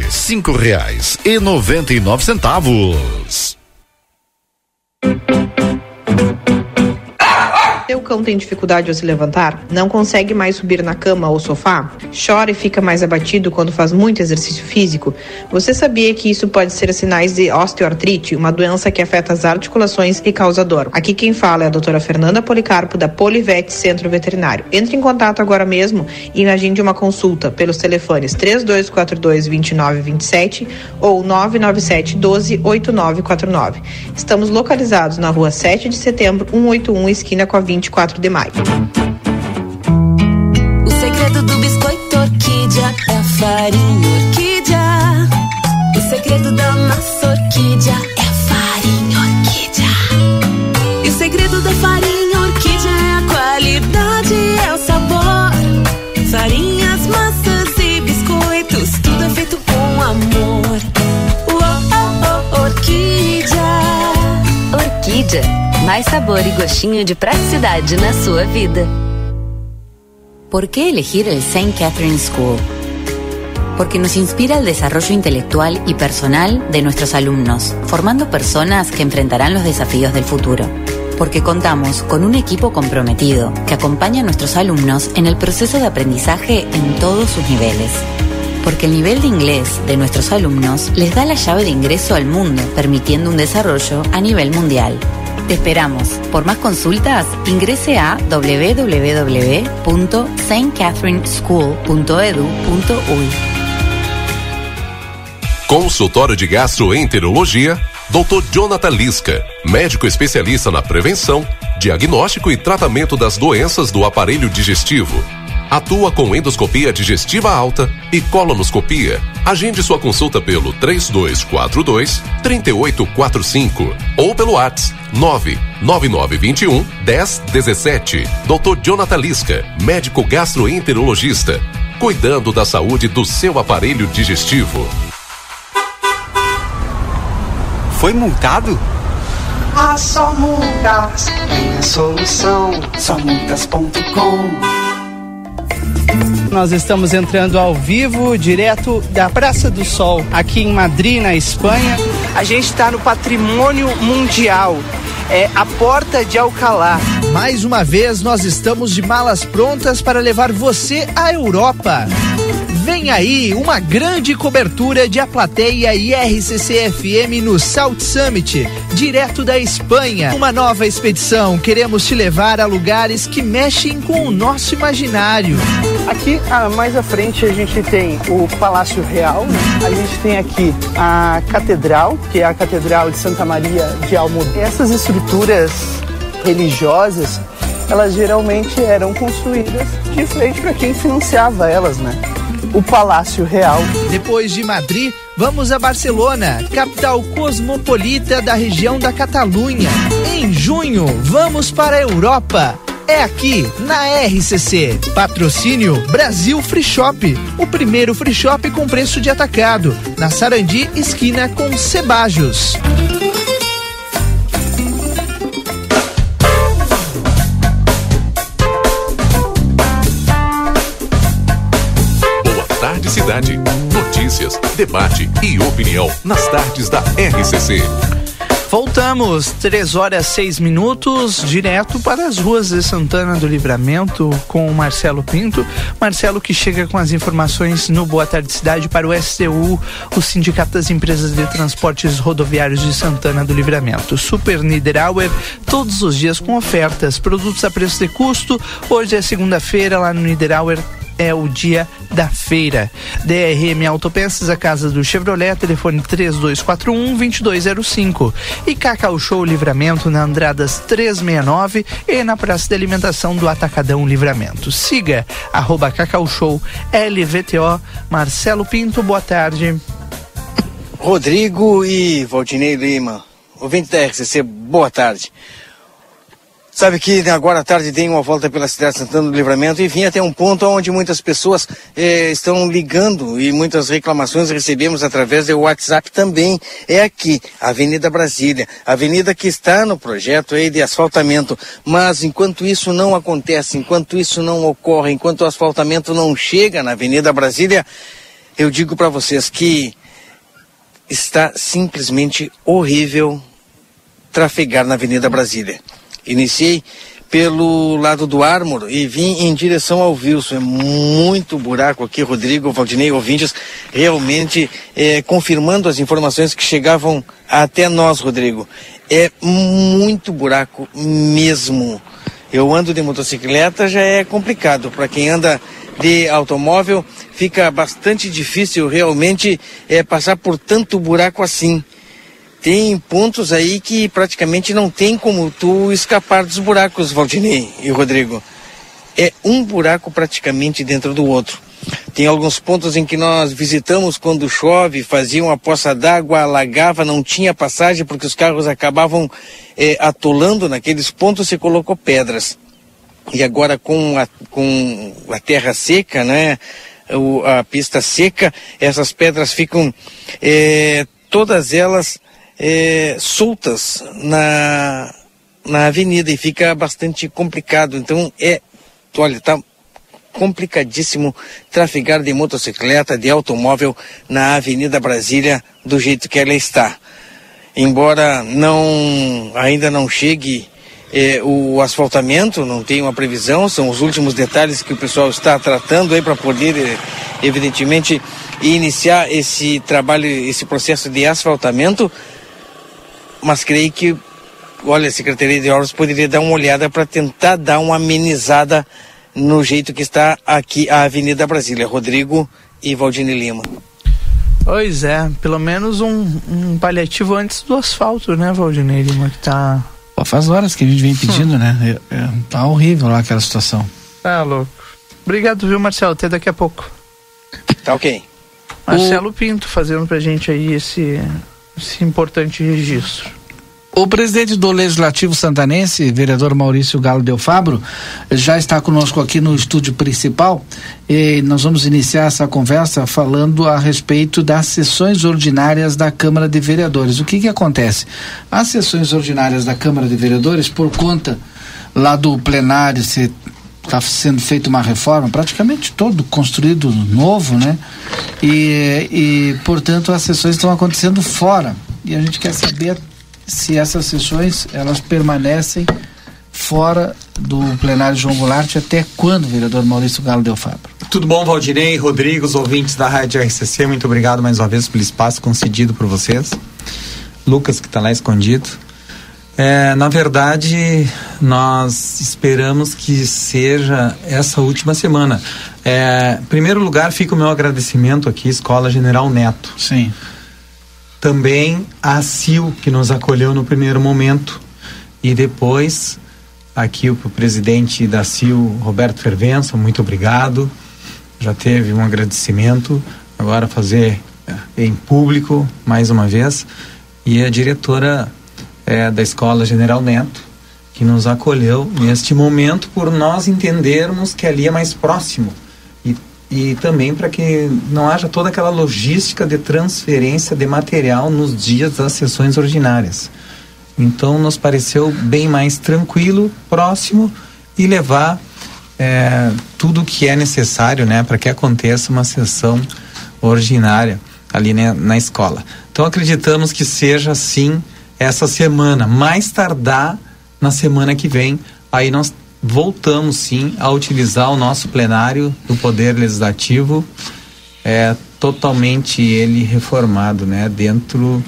R$5,99. Teu cão tem dificuldade ao se levantar? Não consegue mais subir na cama ou sofá? Chora e fica mais abatido quando faz muito exercício físico? Você sabia que isso pode ser sinais de osteoartrite, uma doença que afeta as articulações e causa dor? Aqui quem fala é a doutora Fernanda Policarpo, da Polivete Centro Veterinário. Entre em contato agora mesmo e agende uma consulta pelos telefones 3242-2927 ou 997-12-8949. Estamos localizados na rua 7 de setembro, 181, esquina com a 24 de maio. O segredo do biscoito orquídea é a farinha orquídea. O segredo da massa orquídea é a farinha orquídea. E o segredo da farinha orquídea é a qualidade, é o sabor. Farinhas, massas e biscoitos, tudo é feito com amor. Orquídea. Orquídea, mais sabor y gostinho de praticidade na sua vida. ¿Por qué elegir el St. Catherine School? Porque nos inspira el desarrollo intelectual y personal de nuestros alumnos, formando personas que enfrentarán los desafíos del futuro. Porque contamos con un equipo comprometido que acompaña a nuestros alumnos en el proceso de aprendizaje en todos sus niveles. Porque el nivel de inglés de nuestros alumnos les da la llave de ingreso al mundo, permitiendo un desarrollo a nivel mundial. Te esperamos. Por más consultas, ingrese a www.stcatherineschool.edu.uy. Consultório de Gastroenterologia, Dr. Jonathan Lisca, médico especialista na prevenção, diagnóstico e tratamento das doenças do aparelho digestivo. Atua com endoscopia digestiva alta e colonoscopia. Agende sua consulta pelo 3242-3845 ou pelo WhatsApp 99921-1017. Dr. Jonathan Lisca, médico gastroenterologista, cuidando da saúde do seu aparelho digestivo. Foi multado? A Só Multas tem a solução. Somultas.com. Nós estamos entrando ao vivo, direto da Praça do Sol, aqui em Madrid, na Espanha. A gente está no Patrimônio Mundial, é a Porta de Alcalá. Mais uma vez, nós estamos de malas prontas para levar você à Europa. Vem aí uma grande cobertura de A Plateia e RCC-FM no South Summit, direto da Espanha. Uma nova expedição, queremos te levar a lugares que mexem com o nosso imaginário. Aqui, mais à frente, a gente tem o Palácio Real, né? A gente tem aqui a Catedral, que é a Catedral de Santa Maria de Almudena. Essas estruturas religiosas, elas geralmente eram construídas de frente para quem financiava elas, né? O Palácio Real. Depois de Madrid, vamos a Barcelona, capital cosmopolita da região da Catalunha. Em junho, vamos para a Europa. É aqui, na RCC. Patrocínio Brasil Free Shop, o primeiro free shop com preço de atacado, na Sarandi, esquina com Cebajos. Tarde Cidade. Notícias, debate e opinião nas tardes da RCC. Voltamos, 3h06, direto para as ruas de Santana do Livramento com o Marcelo Pinto. Marcelo que chega com as informações no Boa Tarde Cidade para o STU, o Sindicato das Empresas de Transportes Rodoviários de Santana do Livramento. Super Niederauer, todos os dias com ofertas, produtos a preço de custo. Hoje é segunda-feira, lá no Niederauer é o dia da feira. DRM Autopeças, a casa do Chevrolet, telefone 3241-2205. E Cacau Show Livramento na Andradas 369 e na Praça de Alimentação do Atacadão Livramento. Siga @Cacau Show LVTO. Marcelo Pinto, boa tarde. Rodrigo e Valdinei Lima, ouvinte da RCC, boa tarde. Sabe que agora à tarde dei uma volta pela cidade de Santana do Livramento e vim até um ponto onde muitas pessoas estão ligando e muitas reclamações recebemos através do WhatsApp também. É aqui, Avenida Brasília, avenida que está no projeto aí de asfaltamento, mas enquanto isso não acontece, enquanto isso não ocorre, enquanto o asfaltamento não chega na Avenida Brasília, eu digo para vocês que está simplesmente horrível trafegar na Avenida Brasília. Iniciei pelo lado do Ármor e vim em direção ao Wilson. É muito buraco aqui, Rodrigo, Valdinei, ouvintes, realmente confirmando as informações que chegavam até nós, Rodrigo. É muito buraco mesmo. Eu ando de motocicleta, já é complicado. Para quem anda de automóvel, fica bastante difícil realmente passar por tanto buraco assim. Tem pontos aí que praticamente não tem como tu escapar dos buracos, Valdinei e Rodrigo. É um buraco praticamente dentro do outro. Tem alguns pontos em que nós visitamos quando chove, fazia uma poça d'água, alagava, não tinha passagem porque os carros acabavam atolando naqueles pontos e colocou pedras. E agora com a terra seca, né, a pista seca, essas pedras ficam todas elas soltas na avenida e fica bastante complicado. Então olha, tá complicadíssimo trafegar de motocicleta, de automóvel na Avenida Brasília do jeito que ela está. Embora ainda não chegue o asfaltamento, não tem uma previsão, são os últimos detalhes que o pessoal está tratando aí para poder, evidentemente, iniciar esse trabalho, esse processo de asfaltamento. Mas creio que, olha, a Secretaria de Obras poderia dar uma olhada para tentar dar uma amenizada no jeito que está aqui a Avenida Brasília. Rodrigo e Valdinei Lima. Pois é, pelo menos um paliativo antes do asfalto, né, Valdinei Lima, que tá... Pô, faz horas que a gente vem pedindo, né? Tá horrível lá aquela situação. Tá louco. Obrigado, viu, Marcelo? Até daqui a pouco. Tá ok. Marcelo Pinto fazendo pra gente aí esse importante registro. O presidente do Legislativo Santanense, vereador Maurício Galo Del Fabro, já está conosco aqui no estúdio principal e nós vamos iniciar essa conversa falando a respeito das sessões ordinárias da Câmara de Vereadores. O que acontece? As sessões ordinárias da Câmara de Vereadores, por conta lá do plenário, está sendo feita uma reforma, praticamente todo construído novo, né? E portanto, as sessões estão acontecendo fora. E a gente quer saber se essas sessões, elas permanecem fora do plenário João Goulart até quando, vereador Maurício Galo Del Fabro? Tudo bom, Valdinei, Rodrigo, os ouvintes da Rádio RCC, muito obrigado mais uma vez pelo espaço concedido por vocês. Lucas, que está lá escondido. Na verdade, nós esperamos que seja essa última semana. Em primeiro lugar, fica o meu agradecimento aqui, Escola General Neto. Sim. Também a CIL, que nos acolheu no primeiro momento. E depois, aqui o presidente da CIL, Roberto Fervença, muito obrigado. Já teve um agradecimento. Agora fazer em público, mais uma vez. E a diretora da Escola General Neto, que nos acolheu neste momento por nós entendermos que ali é mais próximo. E também para que não haja toda aquela logística de transferência de material nos dias das sessões ordinárias. Então nos pareceu bem mais tranquilo, próximo, e levar tudo o que é necessário, né, para que aconteça uma sessão ordinária ali, né, na escola. Então acreditamos que seja assim essa semana, mais tardar na semana que vem, aí nós voltamos sim a utilizar o nosso plenário do Poder Legislativo, totalmente ele reformado, né, dentro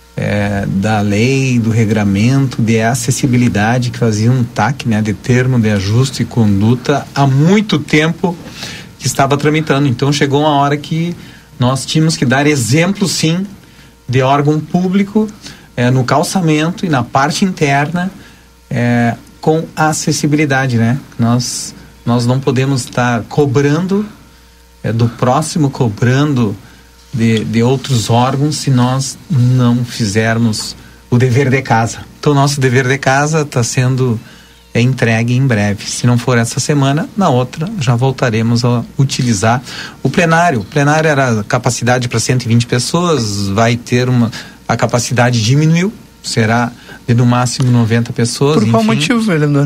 da lei, do regramento de acessibilidade que fazia um TAC, né, de termo de ajuste e conduta há muito tempo que estava tramitando. Então chegou uma hora que nós tínhamos que dar exemplo sim de órgão público no calçamento e na parte interna com acessibilidade, né? Nós não podemos estar cobrando do próximo, cobrando de outros órgãos se nós não fizermos o dever de casa. Então nosso dever de casa está sendo entregue em breve. Se não for essa semana, na outra já voltaremos a utilizar o plenário. O plenário era capacidade para 120 pessoas, vai ter a capacidade diminuiu, será de no máximo 90 pessoas. Por qual motivo, vereador?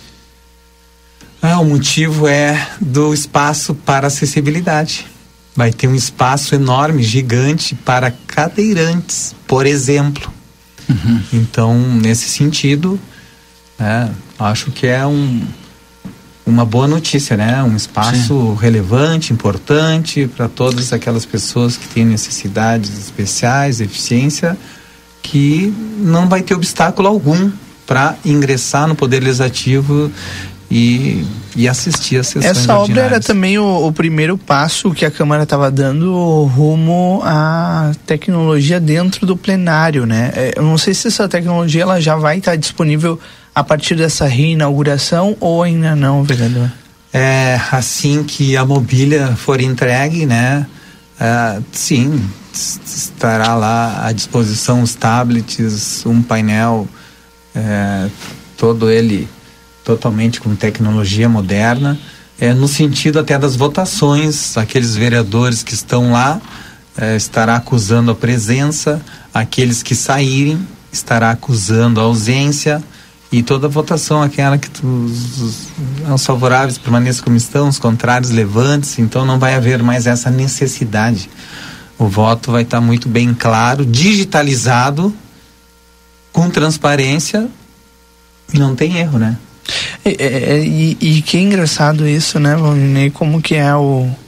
O motivo é do espaço para acessibilidade. Vai ter um espaço enorme, gigante para cadeirantes, por exemplo. Então, nesse sentido, Acho que é uma boa notícia, né? Um espaço relevante, importante para todas aquelas pessoas que têm necessidades especiais, deficiência, que não vai ter obstáculo algum para ingressar no Poder Legislativo e assistir às sessões Essa obra ordinárias. era também o primeiro passo que a Câmara estava dando rumo à tecnologia dentro do plenário, né? Eu não sei se essa tecnologia ela já vai estar disponível a partir dessa reinauguração ou ainda não, vereador? Assim que a mobília for entregue, né? Sim, estará lá à disposição os tablets, um painel, todo ele totalmente com tecnologia moderna, no sentido até das votações, aqueles vereadores que estão lá estará acusando a presença, aqueles que saírem estará acusando a ausência, e toda a votação, aquela que os favoráveis permaneçam como estão, os contrários levante-se, então não vai haver mais essa necessidade. O voto vai estar muito bem claro, digitalizado, com transparência, e não tem erro, né? E que engraçado isso, né, Valdinei? Como que é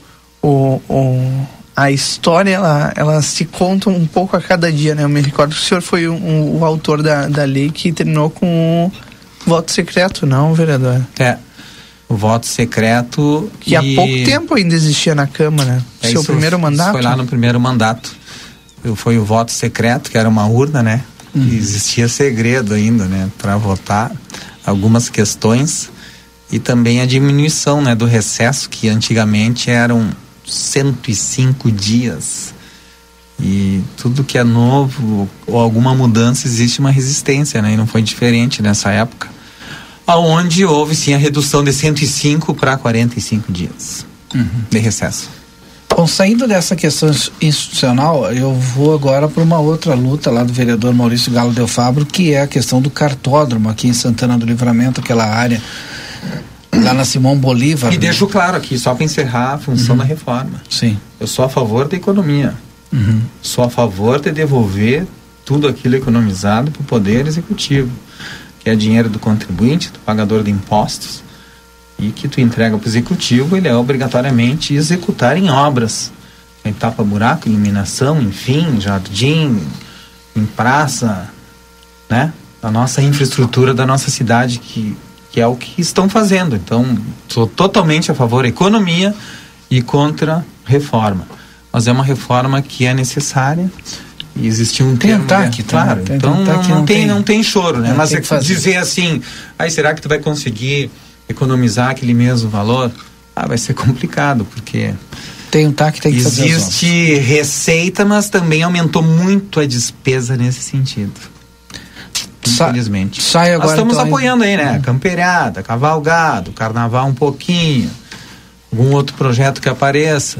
a história, ela se conta um pouco a cada dia, né? Eu me recordo que o senhor foi o autor da lei que terminou com o voto secreto, não, vereador? O voto secreto... Que há pouco tempo ainda existia na Câmara. Seu primeiro mandato? Foi lá no primeiro mandato. Foi o voto secreto, que era uma urna, né? E existia segredo ainda, né? Para votar algumas questões, e também a diminuição, né, do recesso, que antigamente eram 105 dias, e tudo que é novo ou alguma mudança existe uma resistência, né? E não foi diferente nessa época, aonde houve sim a redução de 105 para 45 dias de recesso. Bom, saindo dessa questão institucional, eu vou agora para uma outra luta lá do vereador Maurício Galo Del Fabro, que é a questão do cartódromo aqui em Santana do Livramento, aquela área lá na Simão Bolívar. E deixo claro aqui, só para encerrar a função da reforma. Sim. Eu sou a favor da economia. Sou a favor de devolver tudo aquilo economizado para o Poder Executivo, que é dinheiro do contribuinte, do pagador de impostos, e que tu entrega para o Executivo, ele é obrigatoriamente executar em obras, em tapa-buraco, iluminação, enfim, jardim, em praça, né? A nossa infraestrutura da nossa cidade, que é o que estão fazendo. Então, sou totalmente a favor da economia e contra reforma. Mas é uma reforma que é necessária, e existe um termo, claro. Então não tem choro, né? Mas é dizer assim, será que tu vai conseguir economizar aquele mesmo valor? Vai ser complicado, porque tem que fazer. Existe receita, mas também aumentou muito a despesa nesse sentido. Infelizmente. Sai agora, nós estamos então, apoiando aí, né? Camperiada, cavalgado, carnaval um pouquinho, algum outro projeto que apareça.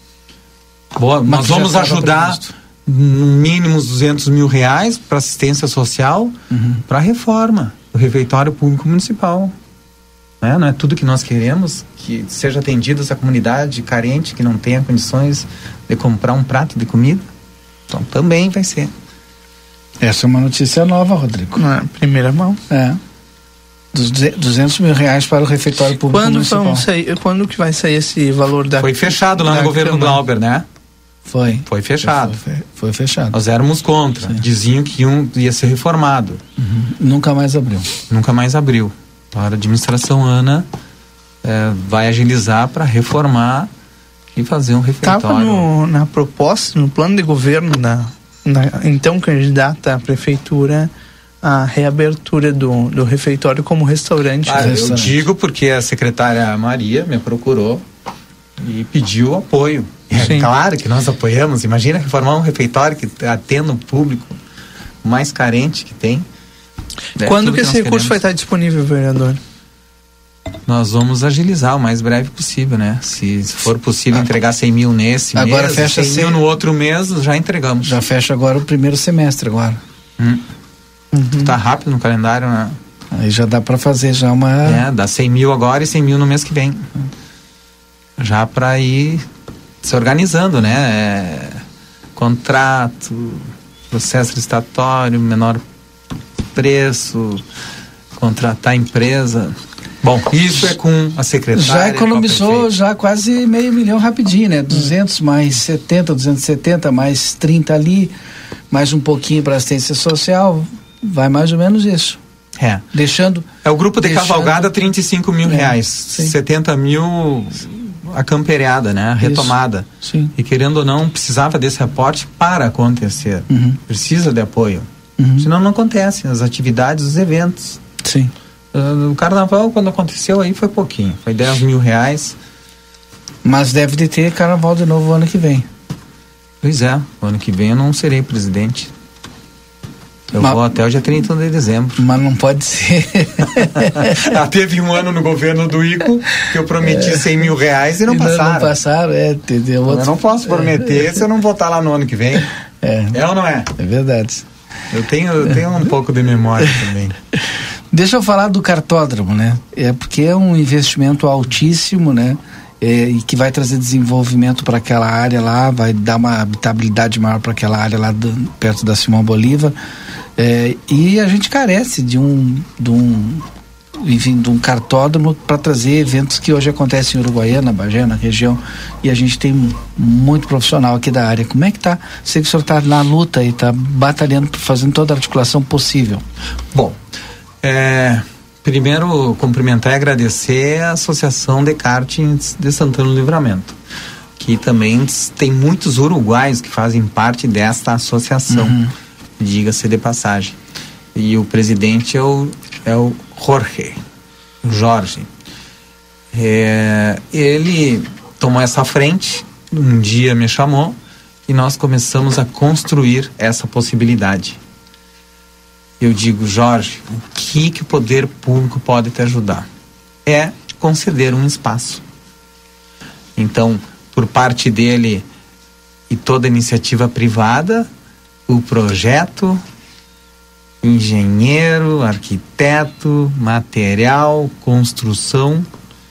Nós vamos ajudar no mínimo uns R$200 mil para assistência social, para a reforma do refeitório público municipal. Não é tudo que nós queremos, que seja atendida essa comunidade carente, que não tenha condições de comprar um prato de comida. Então também vai ser. Essa é uma notícia nova, Rodrigo. Primeira mão. Dos R$200 mil para o refeitório público municipal. Quando que vai sair esse valor da... Foi fechado lá no governo Glauber, né? Foi fechado. Foi fechado. Nós éramos contra. Sim. Diziam que ia ser reformado. Nunca mais abriu. A administração Ana vai agilizar para reformar e fazer um refeitório. Estava na proposta, no plano de governo da então candidata à prefeitura, a reabertura do refeitório como restaurante. Eu digo porque a secretária Maria me procurou e pediu apoio. É claro que nós apoiamos. Imagina reformar um refeitório que atenda o público mais carente que tem. Quando que esse recurso vai estar disponível, vereador? Nós vamos agilizar o mais breve possível, né? Se for possível entregar 100 mil nesse agora mês, fecha 100 mil no outro mês, já entregamos. Já fecha agora o primeiro semestre agora. Tá rápido no calendário, né? Aí já dá para fazer já uma... dá 100 mil agora e 100 mil no mês que vem. Já para ir se organizando, né? Contrato, processo licitatório, menor preço, contratar empresa. Bom, isso é com a secretária. Já economizou já quase R$500 mil rapidinho, né? 200 mais 70, 270 mais 30 ali, mais um pouquinho para assistência social, vai mais ou menos isso. Deixando. É o grupo de cavalgada, R$35 mil, 70 mil a camperiada, né? A retomada. Sim. E querendo ou não, precisava desse aporte para acontecer. Precisa de apoio. Senão não acontecem as atividades, os eventos. Sim. O carnaval, quando aconteceu aí, foi pouquinho. Foi R$10 mil. Mas deve de ter carnaval de novo ano que vem. Pois é, ano que vem eu não serei presidente. Eu vou até o dia 31 de dezembro. Mas não pode ser. Teve um ano no governo do Ico que eu prometi R$100 mil e não passaram. Não passaram, entendeu? Eu não posso prometer se eu não votar lá no ano que vem. É ou não é? É verdade. Eu tenho um pouco de memória também. Deixa eu falar do cartódromo, né? Porque é um investimento altíssimo, né? E que vai trazer desenvolvimento para aquela área lá, vai dar uma habitabilidade maior para aquela área lá perto da Simão Bolívar. E a gente carece de um cartódromo para trazer eventos que hoje acontecem em Uruguaiana, Bagé, na região, e a gente tem muito profissional aqui da área. Como é que tá? Sei que o senhor está na luta e está batalhando, fazendo toda a articulação possível. Bom, primeiro cumprimentar e agradecer a Associação de Kartings de Santana do Livramento, que também tem muitos uruguaios que fazem parte desta associação, diga-se de passagem. E o presidente é o Jorge. Ele tomou essa frente, um dia me chamou e nós começamos a construir essa possibilidade. Eu digo, Jorge, o que o poder público pode te ajudar? É conceder um espaço. Então, por parte dele e toda iniciativa privada, o projeto, engenheiro, arquiteto, material, construção,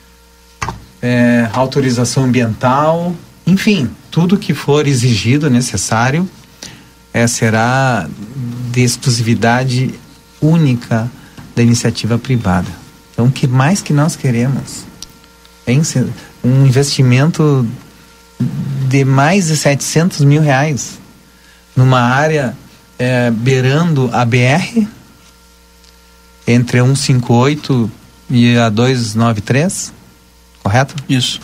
autorização ambiental, enfim, tudo que for exigido, necessário, será de exclusividade única da iniciativa privada. Então, o que mais que nós queremos? Um investimento de mais de R$700 mil numa área beirando a BR entre a 158 e a 293, correto? Isso.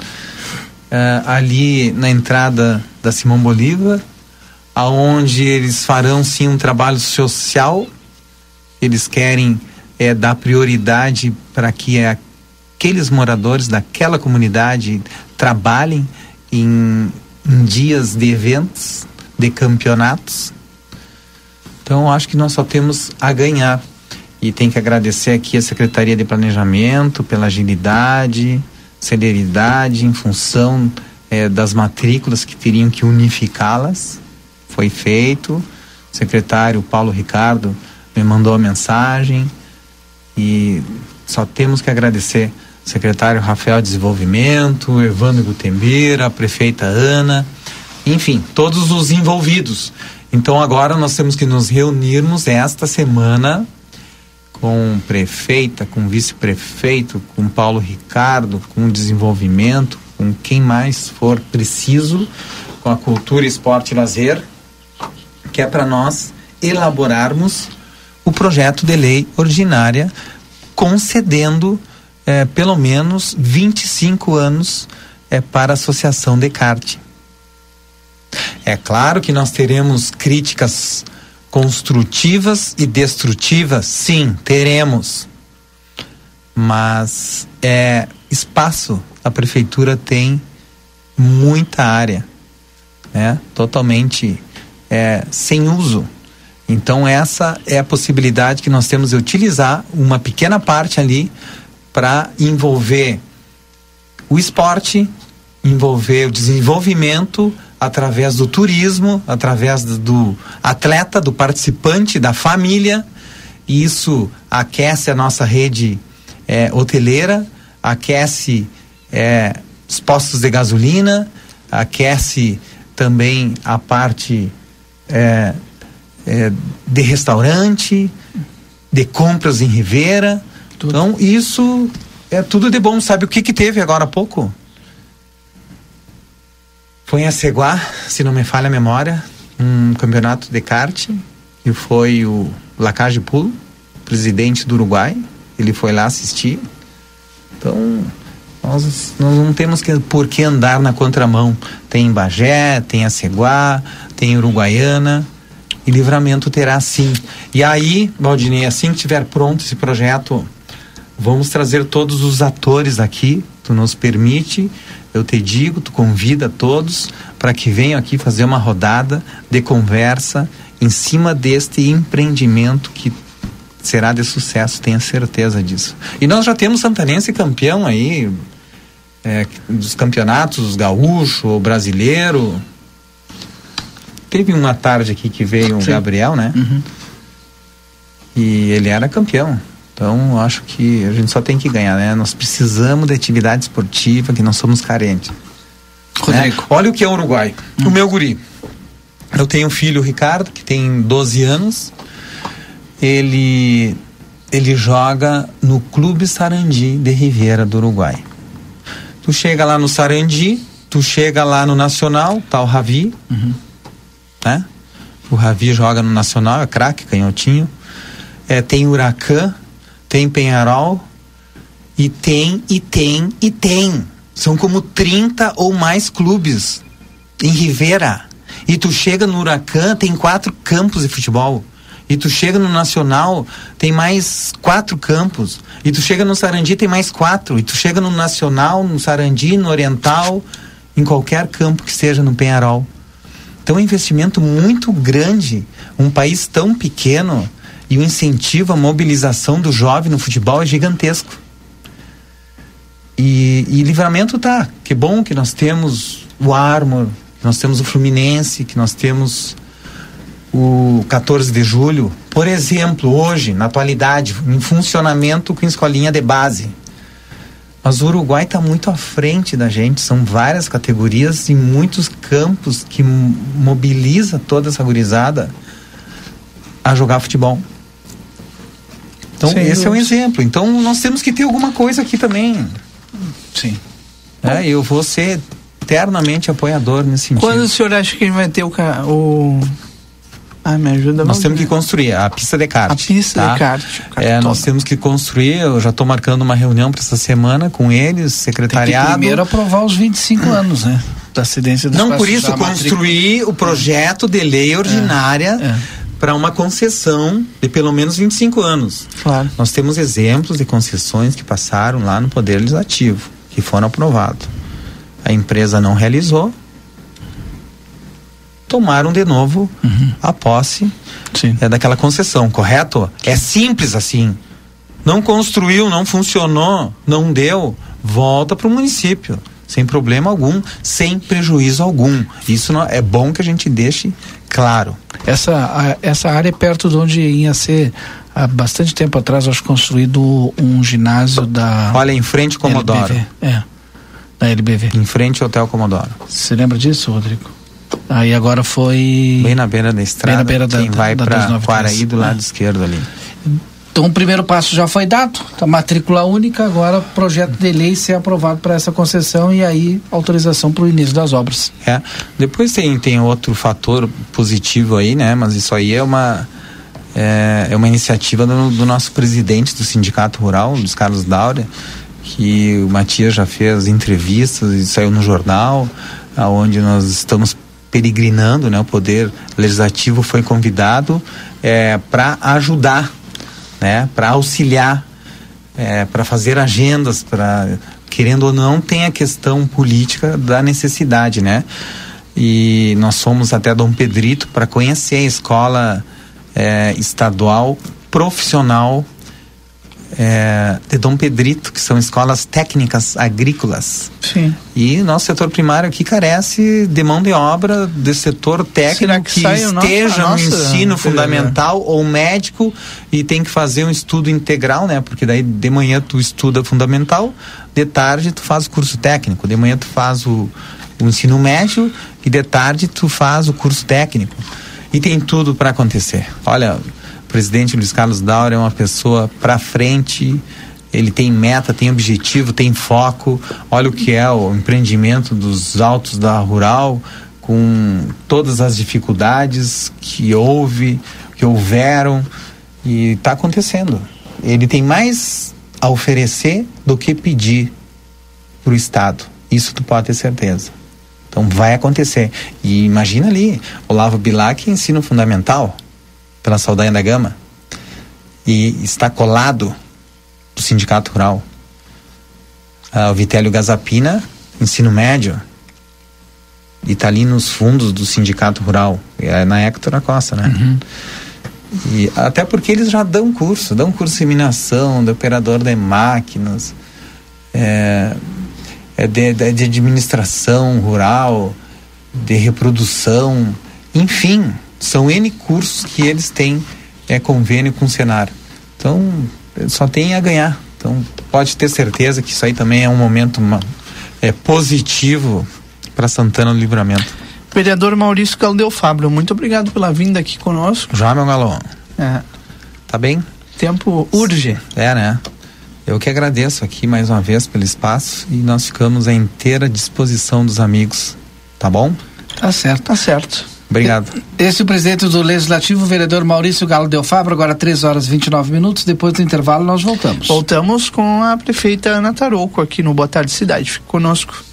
Ali na entrada da Simão Bolívar, aonde eles farão sim um trabalho social. Eles querem dar prioridade para que aqueles moradores daquela comunidade trabalhem em dias de eventos, de campeonatos. Então, acho que nós só temos a ganhar. E tem que agradecer aqui a Secretaria de Planejamento pela agilidade, celeridade em função das matrículas que teriam que unificá-las. Foi feito. O secretário Paulo Ricardo me mandou a mensagem e só temos que agradecer o secretário Rafael de Desenvolvimento, Evandro Gutembeira, a prefeita Ana, enfim, todos os envolvidos. Então agora nós temos que nos reunirmos esta semana com prefeita, com vice-prefeito, com Paulo Ricardo, com desenvolvimento, com quem mais for preciso, com a cultura, esporte e lazer, que é para nós elaborarmos o projeto de lei ordinária, concedendo pelo menos 25 anos para a Associação de Kart. É claro que nós teremos críticas construtivas e destrutivas, sim, teremos. Mas espaço, a prefeitura tem muita área, totalmente sem uso. Então essa é a possibilidade que nós temos de utilizar uma pequena parte ali para envolver o esporte, envolver o desenvolvimento através do turismo, através do atleta, do participante, da família. E isso aquece a nossa rede hoteleira, aquece os postos de gasolina, aquece também a parte de restaurante, de compras em Ribeira. Então, isso é tudo de bom. Sabe o que teve agora há pouco? Foi em Aceguá, se não me falha a memória, um campeonato de kart, e foi o Lacage Pulo, presidente do Uruguai. Ele foi lá assistir. Então, nós não temos por que andar na contramão. Tem Bagé, tem Aceguá, tem Uruguaiana, e Livramento terá sim. E aí, Valdinei, assim que estiver pronto esse projeto, vamos trazer todos os atores aqui. Tu nos permite, eu te digo, tu convida todos para que venham aqui fazer uma rodada de conversa em cima deste empreendimento que será de sucesso, tenha certeza disso. E nós já temos santanense campeão aí, dos campeonatos gaúcho, brasileiro. Teve uma tarde aqui que veio o Gabriel, né? Uhum. E ele era campeão. Então, acho que a gente só tem que ganhar, né? Nós precisamos de atividade esportiva, que nós somos carentes. Rodrigo. Né? Olha o que é o Uruguai. O meu guri. Eu tenho um filho, o Ricardo, que tem 12 anos. Ele joga no Clube Sarandi de Rivera do Uruguai. Tu chega lá no Sarandi, tu chega lá no Nacional, tá o Ravi, né? O Ravi joga no Nacional, é craque, canhotinho. Tem Huracan, tem Penharol, e tem. São como 30 ou mais clubes em Rivera. E tu chega no Huracan, tem 4 campos de futebol. E tu chega no Nacional, tem mais 4 campos. E tu chega no Sarandi, tem mais 4. E tu chega no Nacional, no Sarandi, no Oriental, em qualquer campo que seja no Penharol. Então é um investimento muito grande. Um país tão pequeno, e o incentivo à mobilização do jovem no futebol é gigantesco. E Livramento tá. Que bom que nós temos o Armor, que nós temos o Fluminense, que nós temos o 14 de julho, por exemplo, hoje, na atualidade, em funcionamento com escolinha de base. Mas o Uruguai está muito à frente da gente, são várias categorias e muitos campos que mobiliza toda essa gurizada a jogar futebol. Então, esse é um exemplo. Então, nós temos que ter alguma coisa aqui também. Sim. Eu vou ser eternamente apoiador nesse sentido. Quando o senhor acha que vai ter me ajuda. Nós temos que construir a pista de kart. A pista de kart. Nós temos que construir. Eu já estou marcando uma reunião para essa semana com eles, secretariado. Tem que primeiro aprovar os 25 anos, né? Da acidência do Não, por isso, construir o projeto de lei ordinária para uma concessão de pelo menos 25 anos. Claro. Nós temos exemplos de concessões que passaram lá no Poder Legislativo, que foram aprovados. A empresa não realizou, tomaram de novo a posse daquela concessão, correto? É simples assim. Não construiu, não funcionou, não deu, volta para o município, sem problema algum, sem prejuízo algum. Isso não, é bom que a gente deixe claro. Essa área é perto de onde ia ser, há bastante tempo atrás, acho construído um ginásio da... Olha, em frente ao Comodoro. Da LBV. Em frente ao Hotel Comodoro. Você lembra disso, Rodrigo? Aí agora foi... Bem na beira da estrada, bem na beira quem vai para Quaraí do lado esquerdo ali. Então o primeiro passo já foi dado, a matrícula única, agora projeto de lei ser aprovado para essa concessão e aí autorização para o início das obras. Depois tem outro fator positivo aí, né? Mas isso aí é uma iniciativa do nosso presidente do Sindicato Rural, Luiz Carlos Daura, que o Matias já fez entrevistas e saiu no jornal, aonde nós estamos peregrinando, né? O Poder Legislativo foi convidado para ajudar, né? Para auxiliar, para fazer agendas, querendo ou não, tem a questão política da necessidade, né? E nós fomos até Dom Pedrito para conhecer a escola estadual profissional de Dom Pedrito, que são escolas técnicas agrícolas. Sim. E nosso setor primário aqui carece de mão de obra do setor técnico que esteja no ensino fundamental ou médico e tem que fazer um estudo integral, né? Porque daí de manhã tu estuda fundamental, de tarde tu faz o curso técnico, de manhã tu faz o ensino médio e de tarde tu faz o curso técnico. E tem tudo para acontecer. Olha, o presidente Luiz Carlos Daura é uma pessoa para frente, ele tem meta, tem objetivo, tem foco. Olha o que é o empreendimento dos Altos da Rural, com todas as dificuldades que houveram, e está acontecendo. Ele tem mais a oferecer do que pedir para o Estado. Isso tu pode ter certeza. Então vai acontecer. E imagina ali, Olavo Bilac, ensino fundamental pela Saldanha da Gama, e está colado do Sindicato Rural. O Vitélio Gazapina, ensino médio, e está ali nos fundos do Sindicato Rural, na Héctor Acosta, né? Uhum. E até porque eles já dão curso de mineração, de operador de máquinas, de administração rural, de reprodução, enfim, são N cursos que eles têm convênio com o Senar. Então, só tem a ganhar. Então, pode ter certeza que isso aí também é um momento positivo para Santana do Livramento. Vereador Maurício Galdeu Fábio, muito obrigado pela vinda aqui conosco. Já, meu galão. Tá bem? Tempo urge. Né? Eu que agradeço aqui mais uma vez pelo espaço, e nós ficamos à inteira disposição dos amigos, tá bom? Tá certo. Obrigado. Esse é o presidente do Legislativo, o vereador Maurício Galdeu Fábio. Agora 3h29. Depois do intervalo nós voltamos. Voltamos com a prefeita Ana Tarouco aqui no Boa Tarde Cidade. Fique conosco.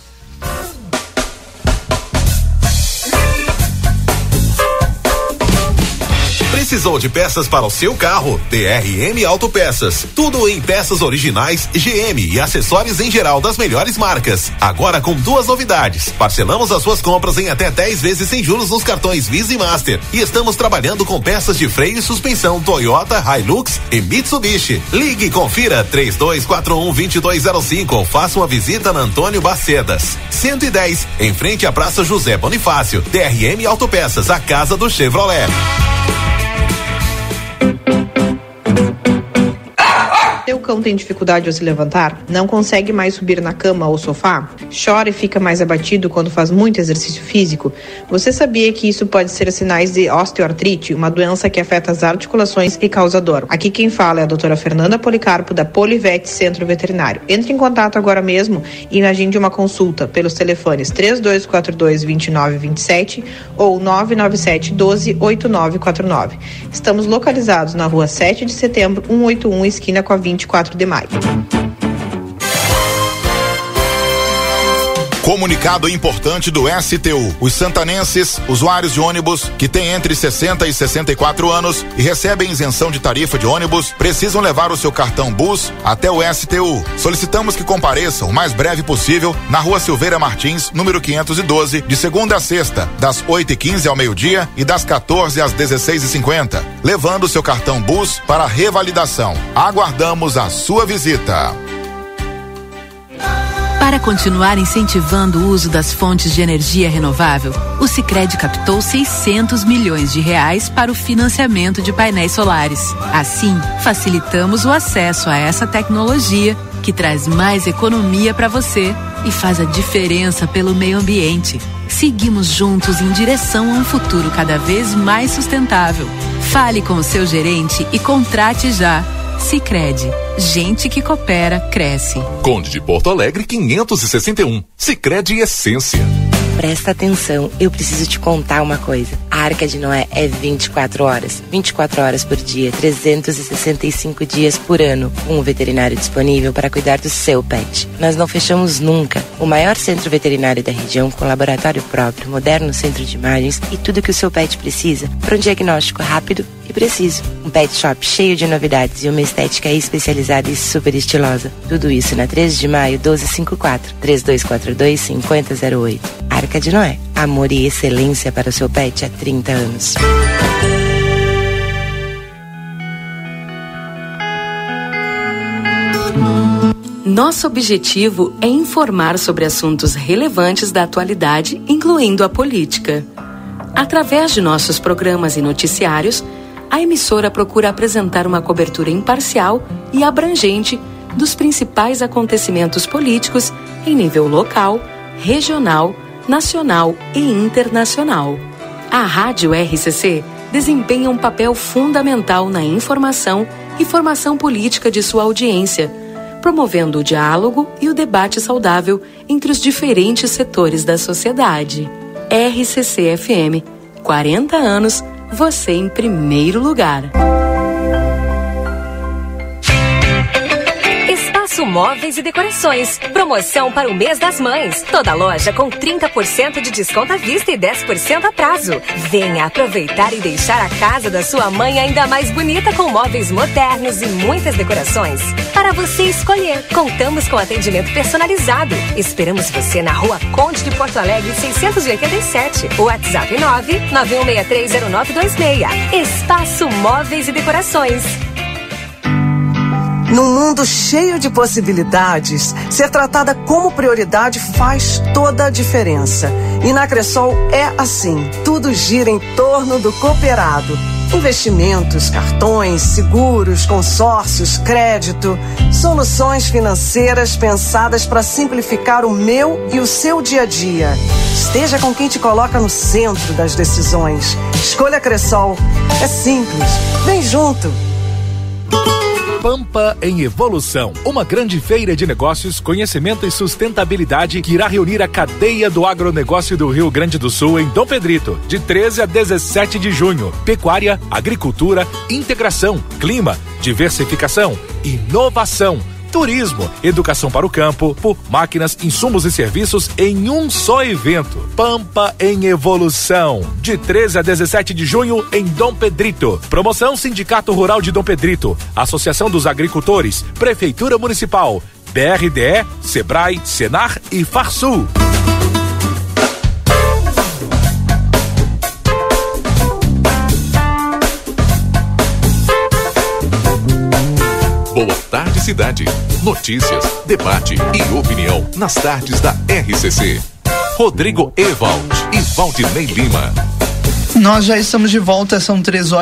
Precisou de peças para o seu carro? DRM Autopeças. Tudo em peças originais GM e acessórios em geral das melhores marcas. Agora com 2 novidades. Parcelamos as suas compras em até 10 vezes sem juros nos cartões Visa e Master. E estamos trabalhando com peças de freio e suspensão Toyota, Hilux e Mitsubishi. Ligue e confira 3241-2205 ou faça uma visita na Antônio Bacedas 110, em frente à Praça José Bonifácio. DRM Autopeças, a casa do Chevrolet. Seu cão tem dificuldade ao se levantar? Não consegue mais subir na cama ou sofá? Chora e fica mais abatido quando faz muito exercício físico? Você sabia que isso pode ser sinais de osteoartrite, uma doença que afeta as articulações e causa dor? Aqui quem fala é a doutora Fernanda Policarpo, da Polivete Centro Veterinário. Entre em contato agora mesmo e agende uma consulta pelos telefones 3242-2927 ou 997-12-8949. Estamos localizados na rua 7 de setembro, 181, esquina com a 24 de maio. Comunicado importante do STU. Os santanenses, usuários de ônibus que têm entre 60 e 64 anos e recebem isenção de tarifa de ônibus, precisam levar o seu cartão Bus até o STU. Solicitamos que compareçam o mais breve possível na Rua Silveira Martins, número 512, de segunda a sexta, das 8h15 ao meio-dia e das 14 às 16h50, levando o seu cartão Bus para revalidação. Aguardamos a sua visita. Para continuar incentivando o uso das fontes de energia renovável, o Sicredi captou 600 milhões de reais para o financiamento de painéis solares. Assim, facilitamos o acesso a essa tecnologia que traz mais economia para você e faz a diferença pelo meio ambiente. Seguimos juntos em direção a um futuro cada vez mais sustentável. Fale com o seu gerente e contrate já. Sicredi, gente que coopera, cresce. Conde de Porto Alegre 561. Sicredi Essência. Presta atenção, eu preciso te contar uma coisa. A Arca de Noé é 24 horas. 24 horas por dia, 365 dias por ano. Um veterinário disponível para cuidar do seu pet. Nós não fechamos nunca. O maior centro veterinário da região, com laboratório próprio, moderno centro de imagens e tudo que o seu pet precisa para um diagnóstico rápido e preciso. Um pet shop cheio de novidades e uma estética especializada e super estilosa. Tudo isso na 13 de maio, 1254, 3242-5008. Arca de Noé. Amor e excelência para o seu pet há 30 anos. Nosso objetivo é informar sobre assuntos relevantes da atualidade, incluindo a política. Através de nossos programas e noticiários, a emissora procura apresentar uma cobertura imparcial e abrangente dos principais acontecimentos políticos em nível local, regional, nacional e internacional. A Rádio RCC desempenha um papel fundamental na informação e formação política de sua audiência, promovendo o diálogo e o debate saudável entre os diferentes setores da sociedade. RCC-FM, 40 anos, você em primeiro lugar. Móveis e decorações. Promoção para o mês das mães. Toda loja com 30% de desconto à vista e 10% a prazo. Venha aproveitar e deixar a casa da sua mãe ainda mais bonita com móveis modernos e muitas decorações. Para você escolher, contamos com atendimento personalizado. Esperamos você na Rua Conde de Porto Alegre 687. WhatsApp 991630926. Espaço Móveis e Decorações. Num mundo cheio de possibilidades, ser tratada como prioridade faz toda a diferença. E na Cressol é assim, tudo gira em torno do cooperado. Investimentos, cartões, seguros, consórcios, crédito, soluções financeiras pensadas para simplificar o meu e o seu dia a dia. Esteja com quem te coloca no centro das decisões. Escolha a Cressol. É simples. Vem junto. Pampa em Evolução, uma grande feira de negócios, conhecimento e sustentabilidade que irá reunir a cadeia do agronegócio do Rio Grande do Sul em Dom Pedrito, de 13 a 17 de junho. Pecuária, agricultura, integração, clima, diversificação, inovação, turismo, educação para o campo, por máquinas, insumos e serviços em um só evento. Pampa em Evolução, de 13 a 17 de junho em Dom Pedrito. Promoção Sindicato Rural de Dom Pedrito, Associação dos Agricultores, Prefeitura Municipal, BRDE, Sebrae, Senar e Farsul. Boa Tarde Cidade. Notícias, debate e opinião nas tardes da RCC. Rodrigo Ewald e Valdinei Lima. Nós já estamos de volta, são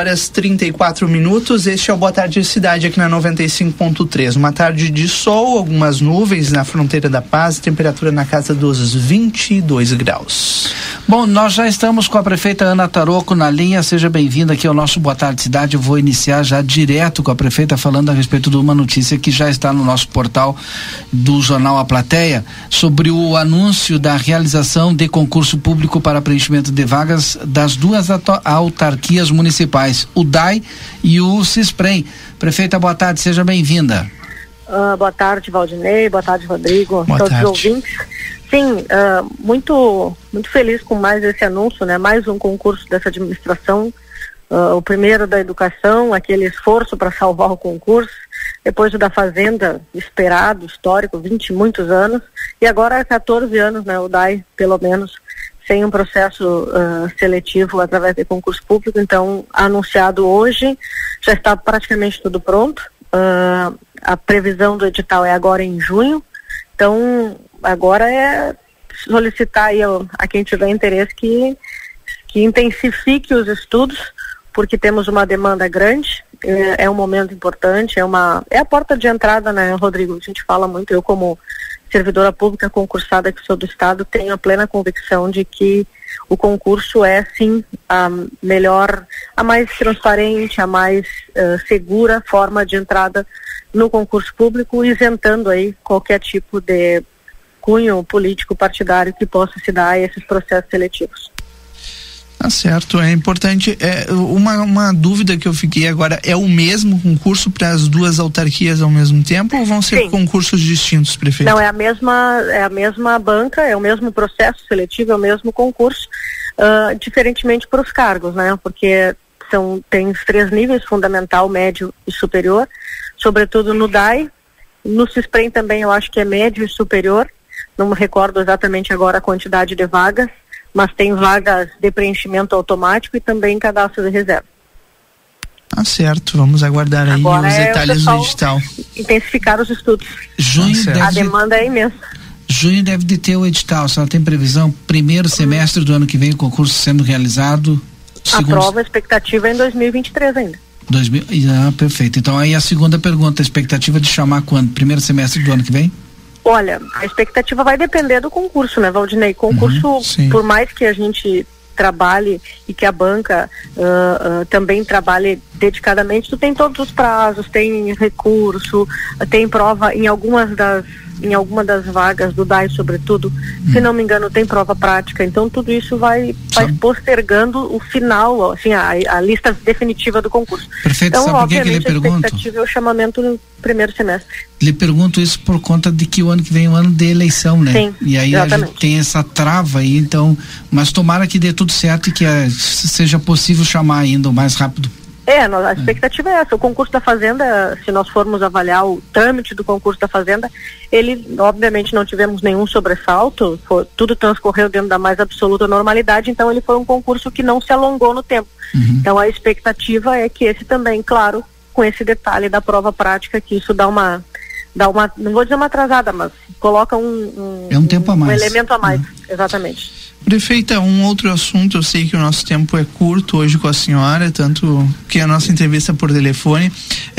3h34. Este é o Boa Tarde Cidade aqui na 95.3. Uma tarde de sol, algumas nuvens na fronteira da Paz, temperatura na casa dos 22 graus. Bom, nós já estamos com a prefeita Ana Taroco na linha. Seja bem-vinda aqui ao nosso Boa Tarde Cidade. Eu vou iniciar já direto com a prefeita falando a respeito de uma notícia que já está no nosso portal do jornal A Plateia, sobre o anúncio da realização de concurso público para preenchimento de vagas das duas autarquias municipais, o DAI e o CISPREM. Prefeita, boa tarde, seja bem-vinda. Boa tarde, Valdinei, boa tarde, Rodrigo, boa todos tarde. Os ouvintes. Sim, muito feliz com mais esse anúncio, né? Mais um concurso dessa administração, o primeiro da educação, aquele esforço para salvar o concurso, depois o da Fazenda, esperado, histórico, 20 e muitos anos, e agora 14 anos, né? O DAI, pelo menos, sem um processo seletivo através de concurso público. Então, anunciado hoje, já está praticamente tudo pronto. A previsão do edital é agora em junho. Então, agora é solicitar aí a quem tiver interesse que intensifique os estudos, porque temos uma demanda grande, é um momento importante, é a porta de entrada, né, Rodrigo? A gente fala muito, eu como servidora pública concursada que sou do Estado, tenho a plena convicção de que o concurso é, sim, a melhor, a mais transparente, a mais segura forma de entrada no concurso público, isentando aí qualquer tipo de cunho político partidário que possa se dar a esses processos seletivos. Tá certo, é importante. Uma dúvida que eu fiquei agora, é o mesmo concurso para as duas autarquias ao mesmo tempo ou vão ser Sim. concursos distintos, prefeito? Não, é a mesma banca, é o mesmo processo seletivo, é o mesmo concurso, diferentemente para os cargos, né? Porque tem os 3 níveis, fundamental, médio e superior, sobretudo no DAI. No CISPREM também eu acho que é médio e superior, não me recordo exatamente agora a quantidade de vagas, mas tem vagas de preenchimento automático e também cadastro de reserva. Ah, certo, vamos aguardar agora aí os detalhes do edital. Intensificar os estudos. A demanda é imensa. Junho deve de ter o edital, se ela tem previsão, primeiro semestre do ano que vem o concurso sendo realizado. A prova, a expectativa é em 2023 ainda. Perfeito. Então aí a segunda pergunta, a expectativa de chamar quando? Primeiro semestre do ano que vem? Olha, a expectativa vai depender do concurso, né, Valdinei? Concurso, por mais que a gente trabalhe e que a banca também trabalhe dedicadamente, tu tem todos os prazos, tem recurso, tem prova em alguma das vagas do DAI, sobretudo, se não me engano, tem prova prática. Então tudo isso vai postergando o final, assim, a lista definitiva do concurso. Perfeito. Então, sabe por que obviamente, eu lhe pergunto? a expectativa é o chamamento no primeiro semestre. Lhe pergunto isso por conta de que o ano que vem é o ano de eleição, né? Sim, e aí exatamente. A gente tem essa trava aí, então, mas tomara que dê tudo certo e que seja possível chamar ainda o mais rápido. A expectativa é essa. O concurso da Fazenda, se nós formos avaliar o trâmite do concurso da Fazenda, ele, obviamente, não tivemos nenhum sobressalto, tudo transcorreu dentro da mais absoluta normalidade, então ele foi um concurso que não se alongou no tempo. Então a expectativa é que esse também, claro, com esse detalhe da prova prática, que isso dá uma, não vou dizer uma atrasada, mas coloca um tempo a mais. Um elemento a mais, exatamente. Prefeita, um outro assunto, eu sei que o nosso tempo é curto hoje com a senhora, tanto que a nossa entrevista por telefone,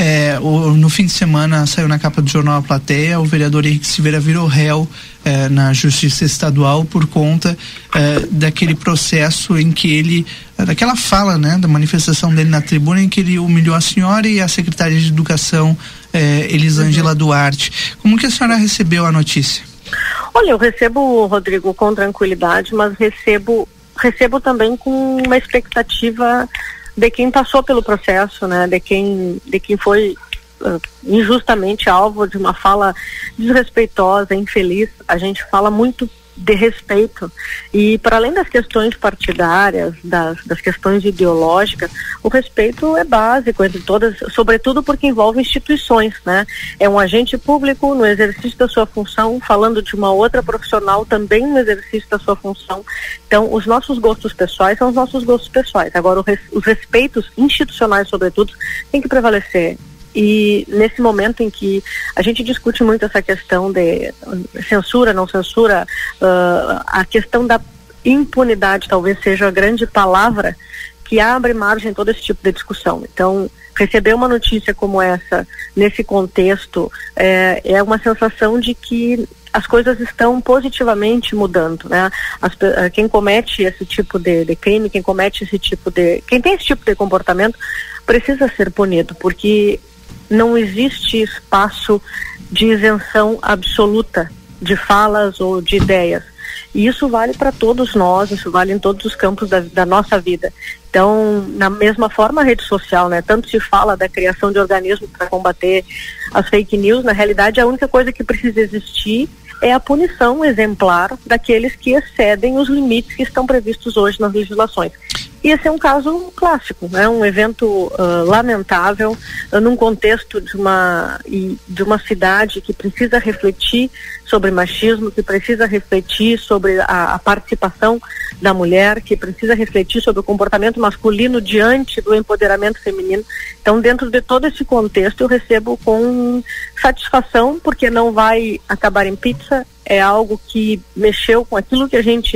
no fim de semana saiu na capa do jornal A Plateia, o vereador Henrique Silveira virou réu na Justiça Estadual por conta daquele processo em que ele, daquela fala, né, da manifestação dele na tribuna, em que ele humilhou a senhora e a secretária de Educação, Elisângela Duarte. Como que a senhora recebeu a notícia? Olha, eu recebo, Rodrigo, com tranquilidade, mas recebo também com uma expectativa de quem passou pelo processo, né? De quem foi injustamente alvo de uma fala desrespeitosa, infeliz. A gente fala muito de respeito, e para além das questões partidárias, das questões ideológicas, o respeito é básico entre todas, sobretudo porque envolve instituições, né? É um agente público no exercício da sua função, falando de uma outra profissional também no exercício da sua função. Então, os nossos gostos pessoais são os nossos gostos pessoais. Agora, os respeitos institucionais, sobretudo, têm que prevalecer. E nesse momento em que a gente discute muito essa questão de censura, não censura, a questão da impunidade talvez seja a grande palavra que abre margem a todo esse tipo de discussão. Então, receber uma notícia como essa, nesse contexto, é uma sensação de que as coisas estão positivamente mudando, né? Quem comete esse tipo de crime, quem tem esse tipo de comportamento, precisa ser punido, porque não existe espaço de isenção absoluta de falas ou de ideias. E isso vale para todos nós, isso vale em todos os campos da nossa vida. Então, na mesma forma, a rede social, né? Tanto se fala da criação de organismos para combater as fake news, na realidade a única coisa que precisa existir é a punição exemplar daqueles que excedem os limites que estão previstos hoje nas legislações. E esse é um caso clássico, né? Um evento lamentável, num contexto de uma cidade que precisa refletir sobre machismo, que precisa refletir sobre a participação da mulher, que precisa refletir sobre o comportamento masculino diante do empoderamento feminino. Então, dentro de todo esse contexto, eu recebo com satisfação, porque não vai acabar em pizza, é algo que mexeu com aquilo que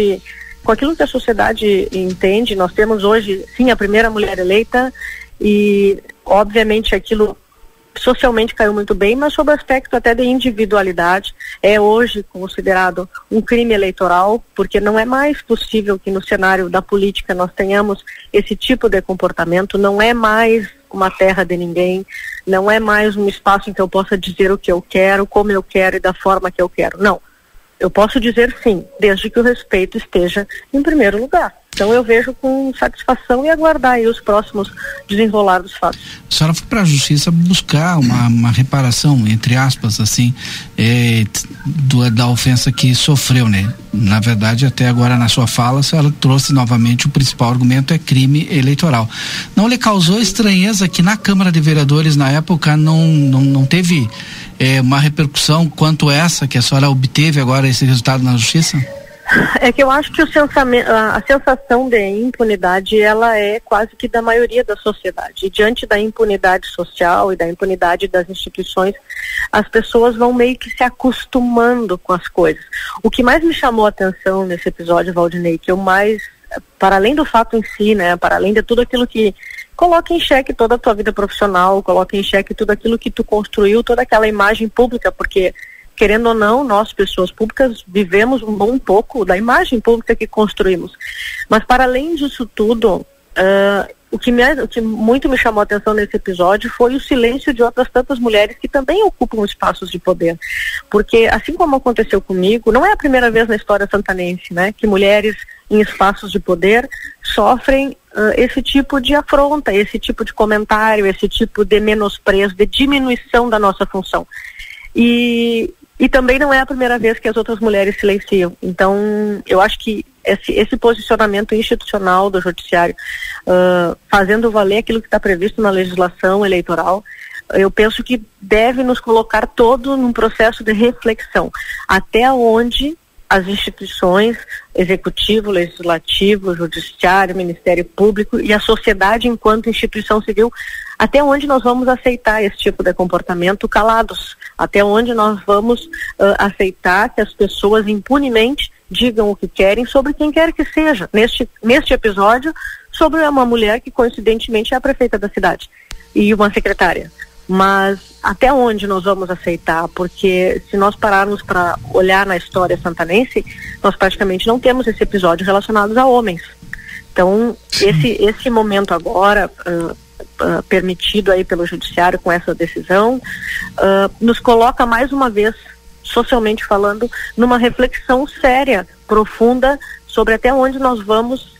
a sociedade entende. Nós temos hoje, sim, a primeira mulher eleita e, obviamente, aquilo socialmente caiu muito bem, mas sob o aspecto até de individualidade, é hoje considerado um crime eleitoral, porque não é mais possível que no cenário da política nós tenhamos esse tipo de comportamento, não é mais uma terra de ninguém, não é mais um espaço em que eu possa dizer o que eu quero, como eu quero e da forma que eu quero. Não. Eu posso dizer sim, desde que o respeito esteja em primeiro lugar. Então eu vejo com satisfação e aguardar aí os próximos desenrolar dos fatos. A senhora foi para a justiça buscar uma reparação, entre aspas, assim, da ofensa que sofreu, né? Na verdade, até agora na sua fala, a senhora trouxe novamente o principal argumento é crime eleitoral. Não lhe causou estranheza que na Câmara de Vereadores, na época, não teve uma repercussão quanto essa que a senhora obteve agora esse resultado na justiça? É que eu acho que a sensação de impunidade, ela é quase que da maioria da sociedade. E diante da impunidade social e da impunidade das instituições, as pessoas vão meio que se acostumando com as coisas. O que mais me chamou a atenção nesse episódio, Valdinei, que eu mais, para além do fato em si, né, para além de tudo aquilo que coloca em xeque toda a tua vida profissional, coloca em xeque tudo aquilo que tu construiu, toda aquela imagem pública, porque querendo ou não, nós, pessoas públicas, vivemos um bom pouco da imagem pública que construímos. Mas, para além disso tudo, O que muito me chamou a atenção nesse episódio foi o silêncio de outras tantas mulheres que também ocupam espaços de poder. Porque, assim como aconteceu comigo, não é a primeira vez na história santanense, né, que mulheres em espaços de poder sofrem esse tipo de afronta, esse tipo de comentário, esse tipo de menosprezo, de diminuição da nossa função. E também não é a primeira vez que as outras mulheres silenciam. Então, eu acho que esse posicionamento institucional do judiciário, fazendo valer aquilo que está previsto na legislação eleitoral, eu penso que deve nos colocar todo num processo de reflexão. Até onde as instituições, executivo, legislativo, judiciário, Ministério Público e a sociedade enquanto instituição civil, até onde nós vamos aceitar esse tipo de comportamento calados? Até onde nós vamos aceitar que as pessoas impunemente digam o que querem sobre quem quer que seja? Neste episódio, sobre uma mulher que coincidentemente é a prefeita da cidade e uma secretária. Mas até onde nós vamos aceitar? Porque se nós pararmos para olhar na história santanense, nós praticamente não temos esse episódio relacionado a homens. Então, esse momento agora, permitido aí pelo judiciário com essa decisão, nos coloca mais uma vez, socialmente falando, numa reflexão séria, profunda, sobre até onde nós vamos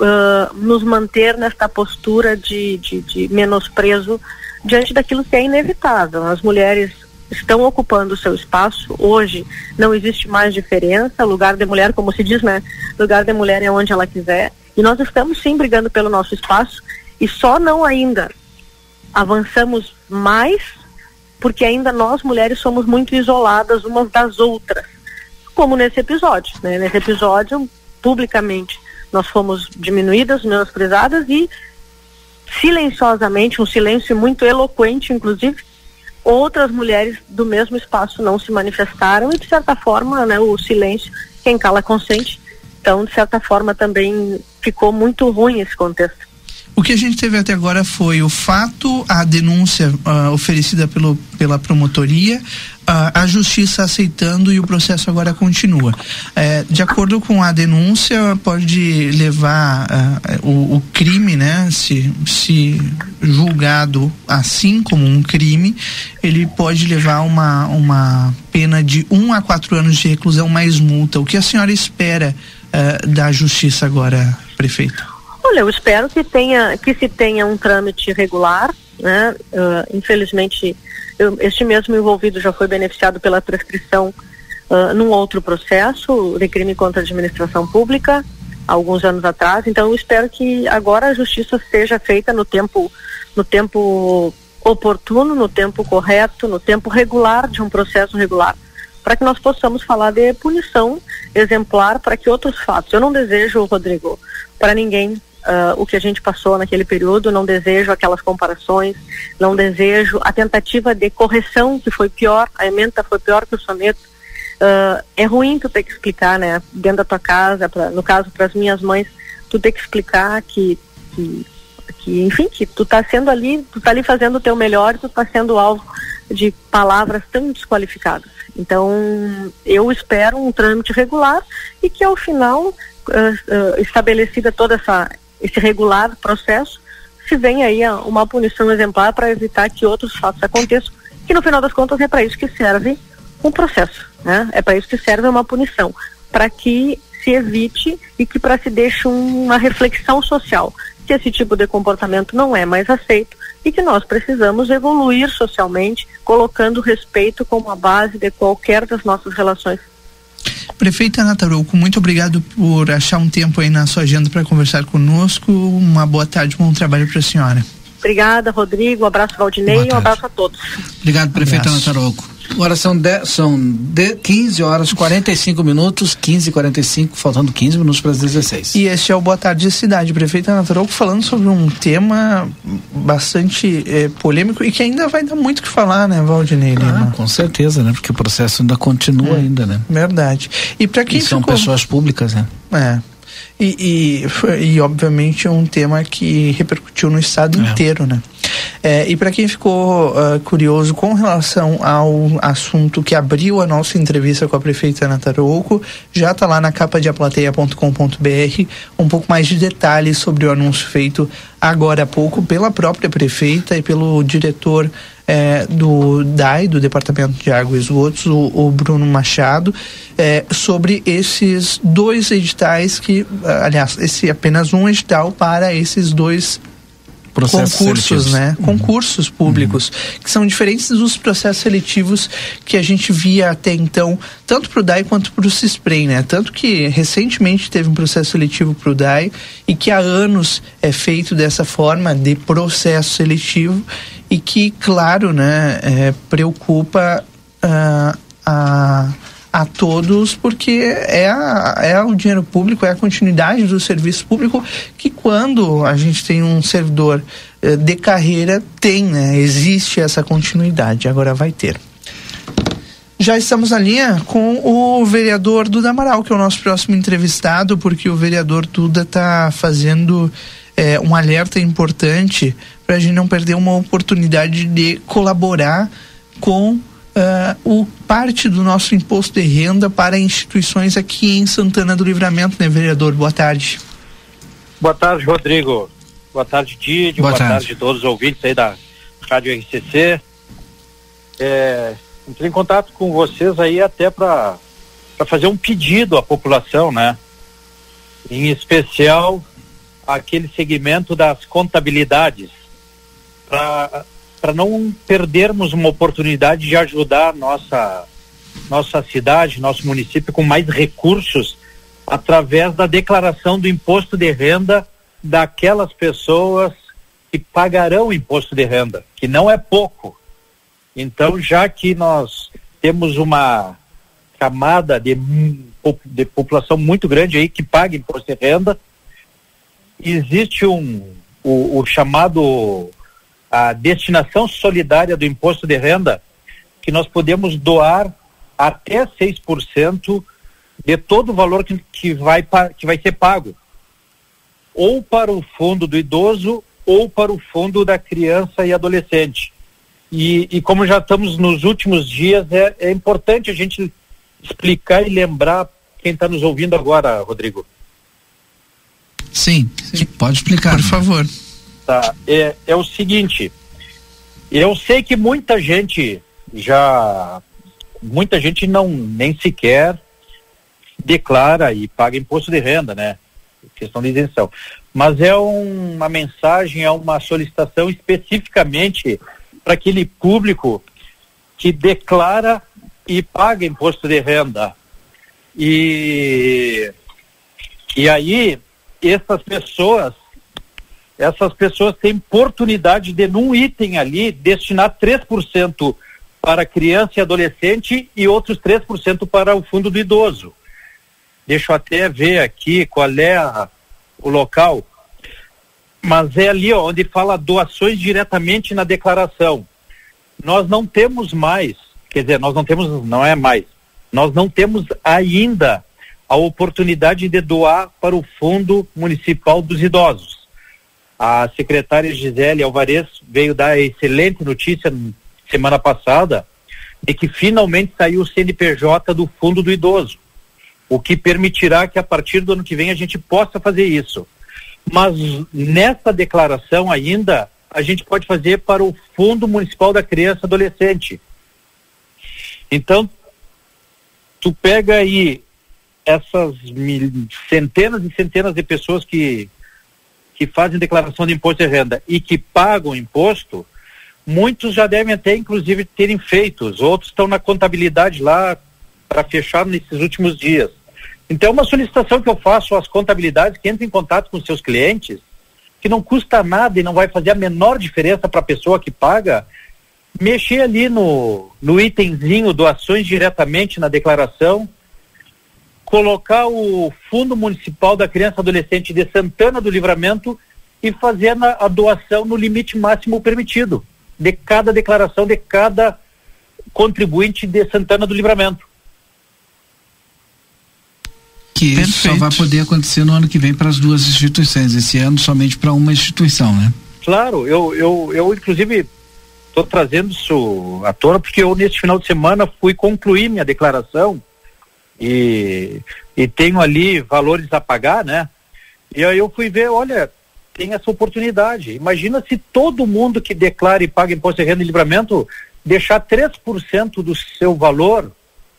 nos manter nesta postura de menosprezo diante daquilo que é inevitável. As mulheres estão ocupando o seu espaço. Hoje não existe mais diferença. Lugar de mulher, como se diz, né? Lugar de mulher é onde ela quiser. E nós estamos sim brigando pelo nosso espaço e só não ainda avançamos mais porque ainda nós mulheres somos muito isoladas umas das outras, como nesse episódio, né? Nesse episódio, publicamente, nós fomos diminuídas, menosprezadas e silenciosamente, um silêncio muito eloquente, inclusive, outras mulheres do mesmo espaço não se manifestaram e, de certa forma, né, o silêncio, quem cala consente. Então, de certa forma, também ficou muito ruim esse contexto. O que a gente teve até agora foi o fato, a denúncia oferecida pela promotoria, a justiça aceitando e o processo agora continua. De acordo com a denúncia, pode levar o crime, né, se julgado assim como um crime, ele pode levar uma pena de 1 a 4 anos de reclusão mais multa. O que a senhora espera da justiça agora, prefeito? Olha, eu espero que se tenha um trâmite regular, né? Infelizmente, este mesmo envolvido já foi beneficiado pela prescrição num outro processo de crime contra a administração pública, alguns anos atrás. Então, eu espero que agora a justiça seja feita no tempo oportuno, no tempo correto, no tempo regular de um processo regular, para que nós possamos falar de punição exemplar para que outros fatos. Eu não desejo, Rodrigo, para ninguém o que a gente passou naquele período, não desejo aquelas comparações, não desejo a tentativa de correção que foi pior, a ementa foi pior que o soneto. É ruim tu ter que explicar, né, dentro da tua casa, no caso para as minhas mães, tu ter que explicar que enfim, que tu tá ali fazendo o teu melhor e tu tá sendo alvo de palavras tão desqualificadas. Então, eu espero um trâmite regular e que ao final, estabelecida toda esse regular processo, se venha aí uma punição exemplar para evitar que outros fatos aconteçam, que no final das contas é para isso que serve um processo, né? É para isso que serve uma punição, para que se evite e que para se deixe uma reflexão social, que esse tipo de comportamento não é mais aceito e que nós precisamos evoluir socialmente, colocando respeito como a base de qualquer das nossas relações. Prefeita Ana Tarouco, muito obrigado por achar um tempo aí na sua agenda para conversar conosco. Uma boa tarde, bom trabalho para a senhora. Obrigada, Rodrigo. Um abraço, Valdinei, e um abraço a todos. Obrigado, prefeita Ana Tarouco. Agora são 15 horas 45 minutos, 15h45, faltando 15 minutos para as 16. E este é o Boa Tarde Cidade. Prefeita Ana Tarouco falando sobre um tema bastante polêmico e que ainda vai dar muito o que falar, né, Valdinei? Com certeza, né? Porque o processo ainda continua ainda, né? Verdade. E para quem são pessoas públicas, né? E obviamente é um tema que repercutiu no estado inteiro, né? E para quem ficou curioso com relação ao assunto que abriu a nossa entrevista com a prefeita Ana Tarouco, já está lá na capa de aplateia.com.br um pouco mais de detalhes sobre o anúncio feito agora há pouco pela própria prefeita e pelo diretor do DAI, do Departamento de Água e Esgotos, o Bruno Machado, sobre esses 2 editais esse é apenas um edital para esses 2 concursos, né? Concursos públicos, que são diferentes dos processos seletivos que a gente via até então, tanto para o DAI quanto para o CISPREM, né? Tanto que recentemente teve um processo seletivo para o DAI e que há anos é feito dessa forma de processo seletivo e que, claro, né, preocupa a todos, porque é o dinheiro público, é a continuidade do serviço público, que quando a gente tem um servidor de carreira, existe essa continuidade, agora vai ter. Já estamos na linha com o vereador Duda Amaral, que é o nosso próximo entrevistado, porque o vereador Duda está fazendo um alerta importante para a gente não perder uma oportunidade de colaborar com parte do nosso imposto de renda para instituições aqui em Santana do Livramento, né, vereador? Boa tarde. Boa tarde, Rodrigo. Boa tarde, Didi. Boa tarde a todos os ouvintes aí da Rádio RCC. Entrei em contato com vocês aí até para fazer um pedido à população, né? Em especial aquele segmento das contabilidades, para não perdermos uma oportunidade de ajudar nossa cidade, nosso município com mais recursos através da declaração do imposto de renda daquelas pessoas que pagarão imposto de renda, que não é pouco. Então, já que nós temos uma camada de população muito grande aí que paga imposto de renda, existe o chamado a destinação solidária do imposto de renda, que nós podemos doar até 6% de todo o valor que vai ser pago, ou para o fundo do idoso ou para o fundo da criança e adolescente. E como já estamos nos últimos dias, é importante a gente explicar e lembrar quem está nos ouvindo agora, Rodrigo. Sim, pode explicar, por favor. Tá, é o seguinte, eu sei que muita gente nem sequer declara e paga imposto de renda, né? Questão de isenção. Mas é uma mensagem, é uma solicitação especificamente para aquele público que declara e paga imposto de renda. E aí, essas pessoas têm oportunidade de, num item ali, destinar 3% para criança e adolescente e outros 3% para o fundo do idoso. Deixa eu até ver aqui qual é o local. Mas é ali onde fala doações diretamente na declaração. Nós não temos mais, nós não temos ainda a oportunidade de doar para o Fundo Municipal dos Idosos. A secretária Gisele Alvarez veio dar a excelente notícia semana passada de que finalmente saiu o CNPJ do Fundo do Idoso, o que permitirá que a partir do ano que vem a gente possa fazer isso. Mas nessa declaração ainda a gente pode fazer para o Fundo Municipal da Criança e Adolescente. Então, tu pega aí essas centenas e centenas de pessoas que fazem declaração de imposto de renda e que pagam imposto, muitos já devem até inclusive terem feito, outros estão na contabilidade lá para fechar nesses últimos dias. Então, uma solicitação que eu faço às contabilidades que entrem em contato com seus clientes, que não custa nada e não vai fazer a menor diferença para a pessoa que paga, mexer ali no itemzinho doações diretamente na declaração, colocar o Fundo Municipal da Criança e Adolescente de Santana do Livramento e fazer a doação no limite máximo permitido de cada declaração de cada contribuinte de Santana do Livramento. Que isso só vai poder acontecer no ano que vem para as duas instituições, esse ano somente para uma instituição, né? Claro, eu inclusive estou trazendo isso à tona porque eu neste final de semana fui concluir minha declaração e tenho ali valores a pagar, né? E aí eu fui ver, olha, tem essa oportunidade. Imagina se todo mundo que declara e paga imposto de renda e livramento deixar 3% do seu valor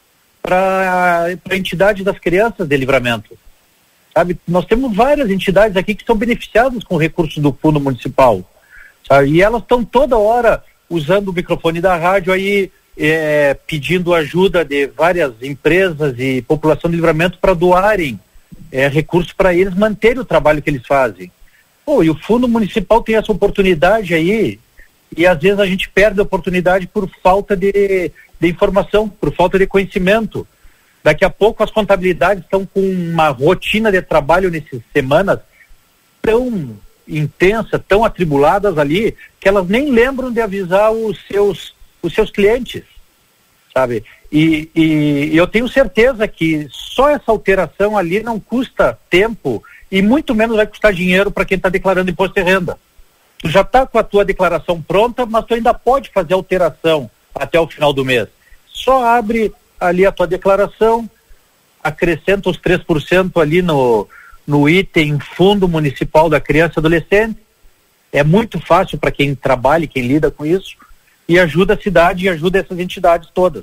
para a entidade das crianças de livramento. Sabe? Nós temos várias entidades aqui que são beneficiadas com recursos do fundo municipal. Sabe? E elas estão toda hora usando o microfone da rádio aí, pedindo ajuda de várias empresas e população de livramento para doarem recursos para eles manterem o trabalho que eles fazem. E o fundo municipal tem essa oportunidade aí, e às vezes a gente perde a oportunidade por falta de informação, por falta de conhecimento. Daqui a pouco as contabilidades estão com uma rotina de trabalho nessas semanas tão intensa, tão atribuladas ali, que elas nem lembram de avisar os seus clientes, sabe? E eu tenho certeza que só essa alteração ali não custa tempo e muito menos vai custar dinheiro para quem está declarando imposto de renda. Tu já está com a tua declaração pronta, mas tu ainda pode fazer alteração até o final do mês. Só abre ali a tua declaração, acrescenta os 3% ali no item Fundo Municipal da Criança e Adolescente. É muito fácil para quem trabalha, quem lida com isso, e ajuda a cidade e ajuda essas entidades todas.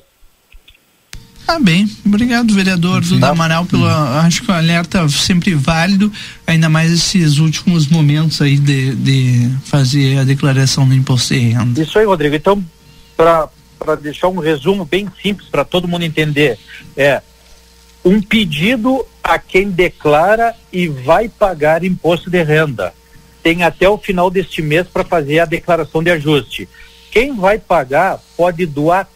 Bem, obrigado, vereador Duda Amaral, acho que o alerta é sempre válido, ainda mais esses últimos momentos aí de fazer a declaração do imposto de renda. Isso aí, Rodrigo. Então, para deixar um resumo bem simples para todo mundo entender, um pedido a quem declara e vai pagar imposto de renda. Tem até o final deste mês para fazer a declaração de ajuste. Quem vai pagar pode doar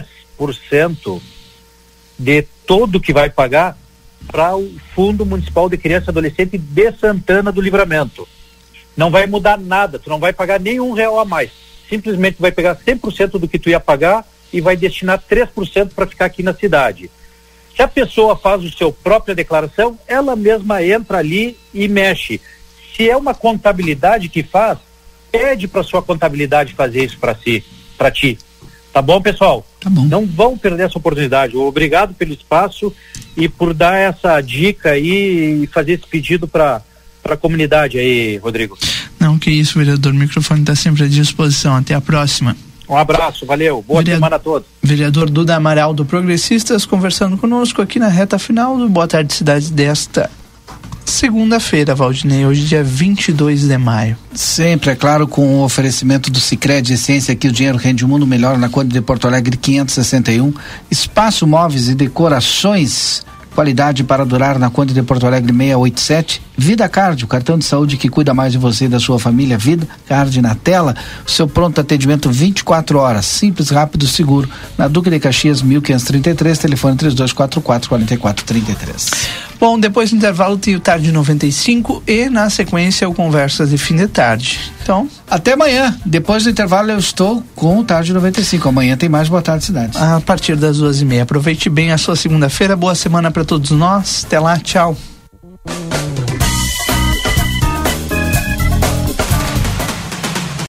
3% de todo que vai pagar para o Fundo Municipal de Criança e Adolescente de Santana do Livramento. Não vai mudar nada, tu não vai pagar nem R$1 a mais. Simplesmente vai pegar 100% do que tu ia pagar e vai destinar 3% para ficar aqui na cidade. Se a pessoa faz a sua própria declaração, ela mesma entra ali e mexe. Se é uma contabilidade que faz, pede para sua contabilidade fazer isso para ti. Tá bom, pessoal? Tá bom. Não vão perder essa oportunidade. Obrigado pelo espaço e por dar essa dica aí e fazer esse pedido para a comunidade aí, Rodrigo. Não, que isso, vereador. O microfone está sempre à disposição. Até a próxima. Um abraço, valeu. Boa semana a todos. Vereador Duda Amaral do Progressistas conversando conosco aqui na reta final do Boa Tarde Cidade desta segunda-feira, Valdinei, hoje dia 22 de maio. Sempre, é claro, com o oferecimento do Sicredi Essência, que o dinheiro rende o mundo melhor, na Conde de Porto Alegre 561, Espaço Móveis e Decorações, qualidade para durar, na Conde de Porto Alegre 687, Vida Card, o cartão de saúde que cuida mais de você e da sua família. Vida Card na tela, o seu pronto atendimento 24 horas, simples, rápido, seguro, na Duque de Caxias 1533, telefone 3244-4433. Bom, depois do intervalo tem o Tarde 95 e na sequência o Conversas de Fim de Tarde. Então, até amanhã. Depois do intervalo eu estou com o Tarde 95. Amanhã tem mais Boa Tarde Cidade. A partir das 2:30. Aproveite bem a sua segunda-feira. Boa semana para todos nós. Até lá, tchau.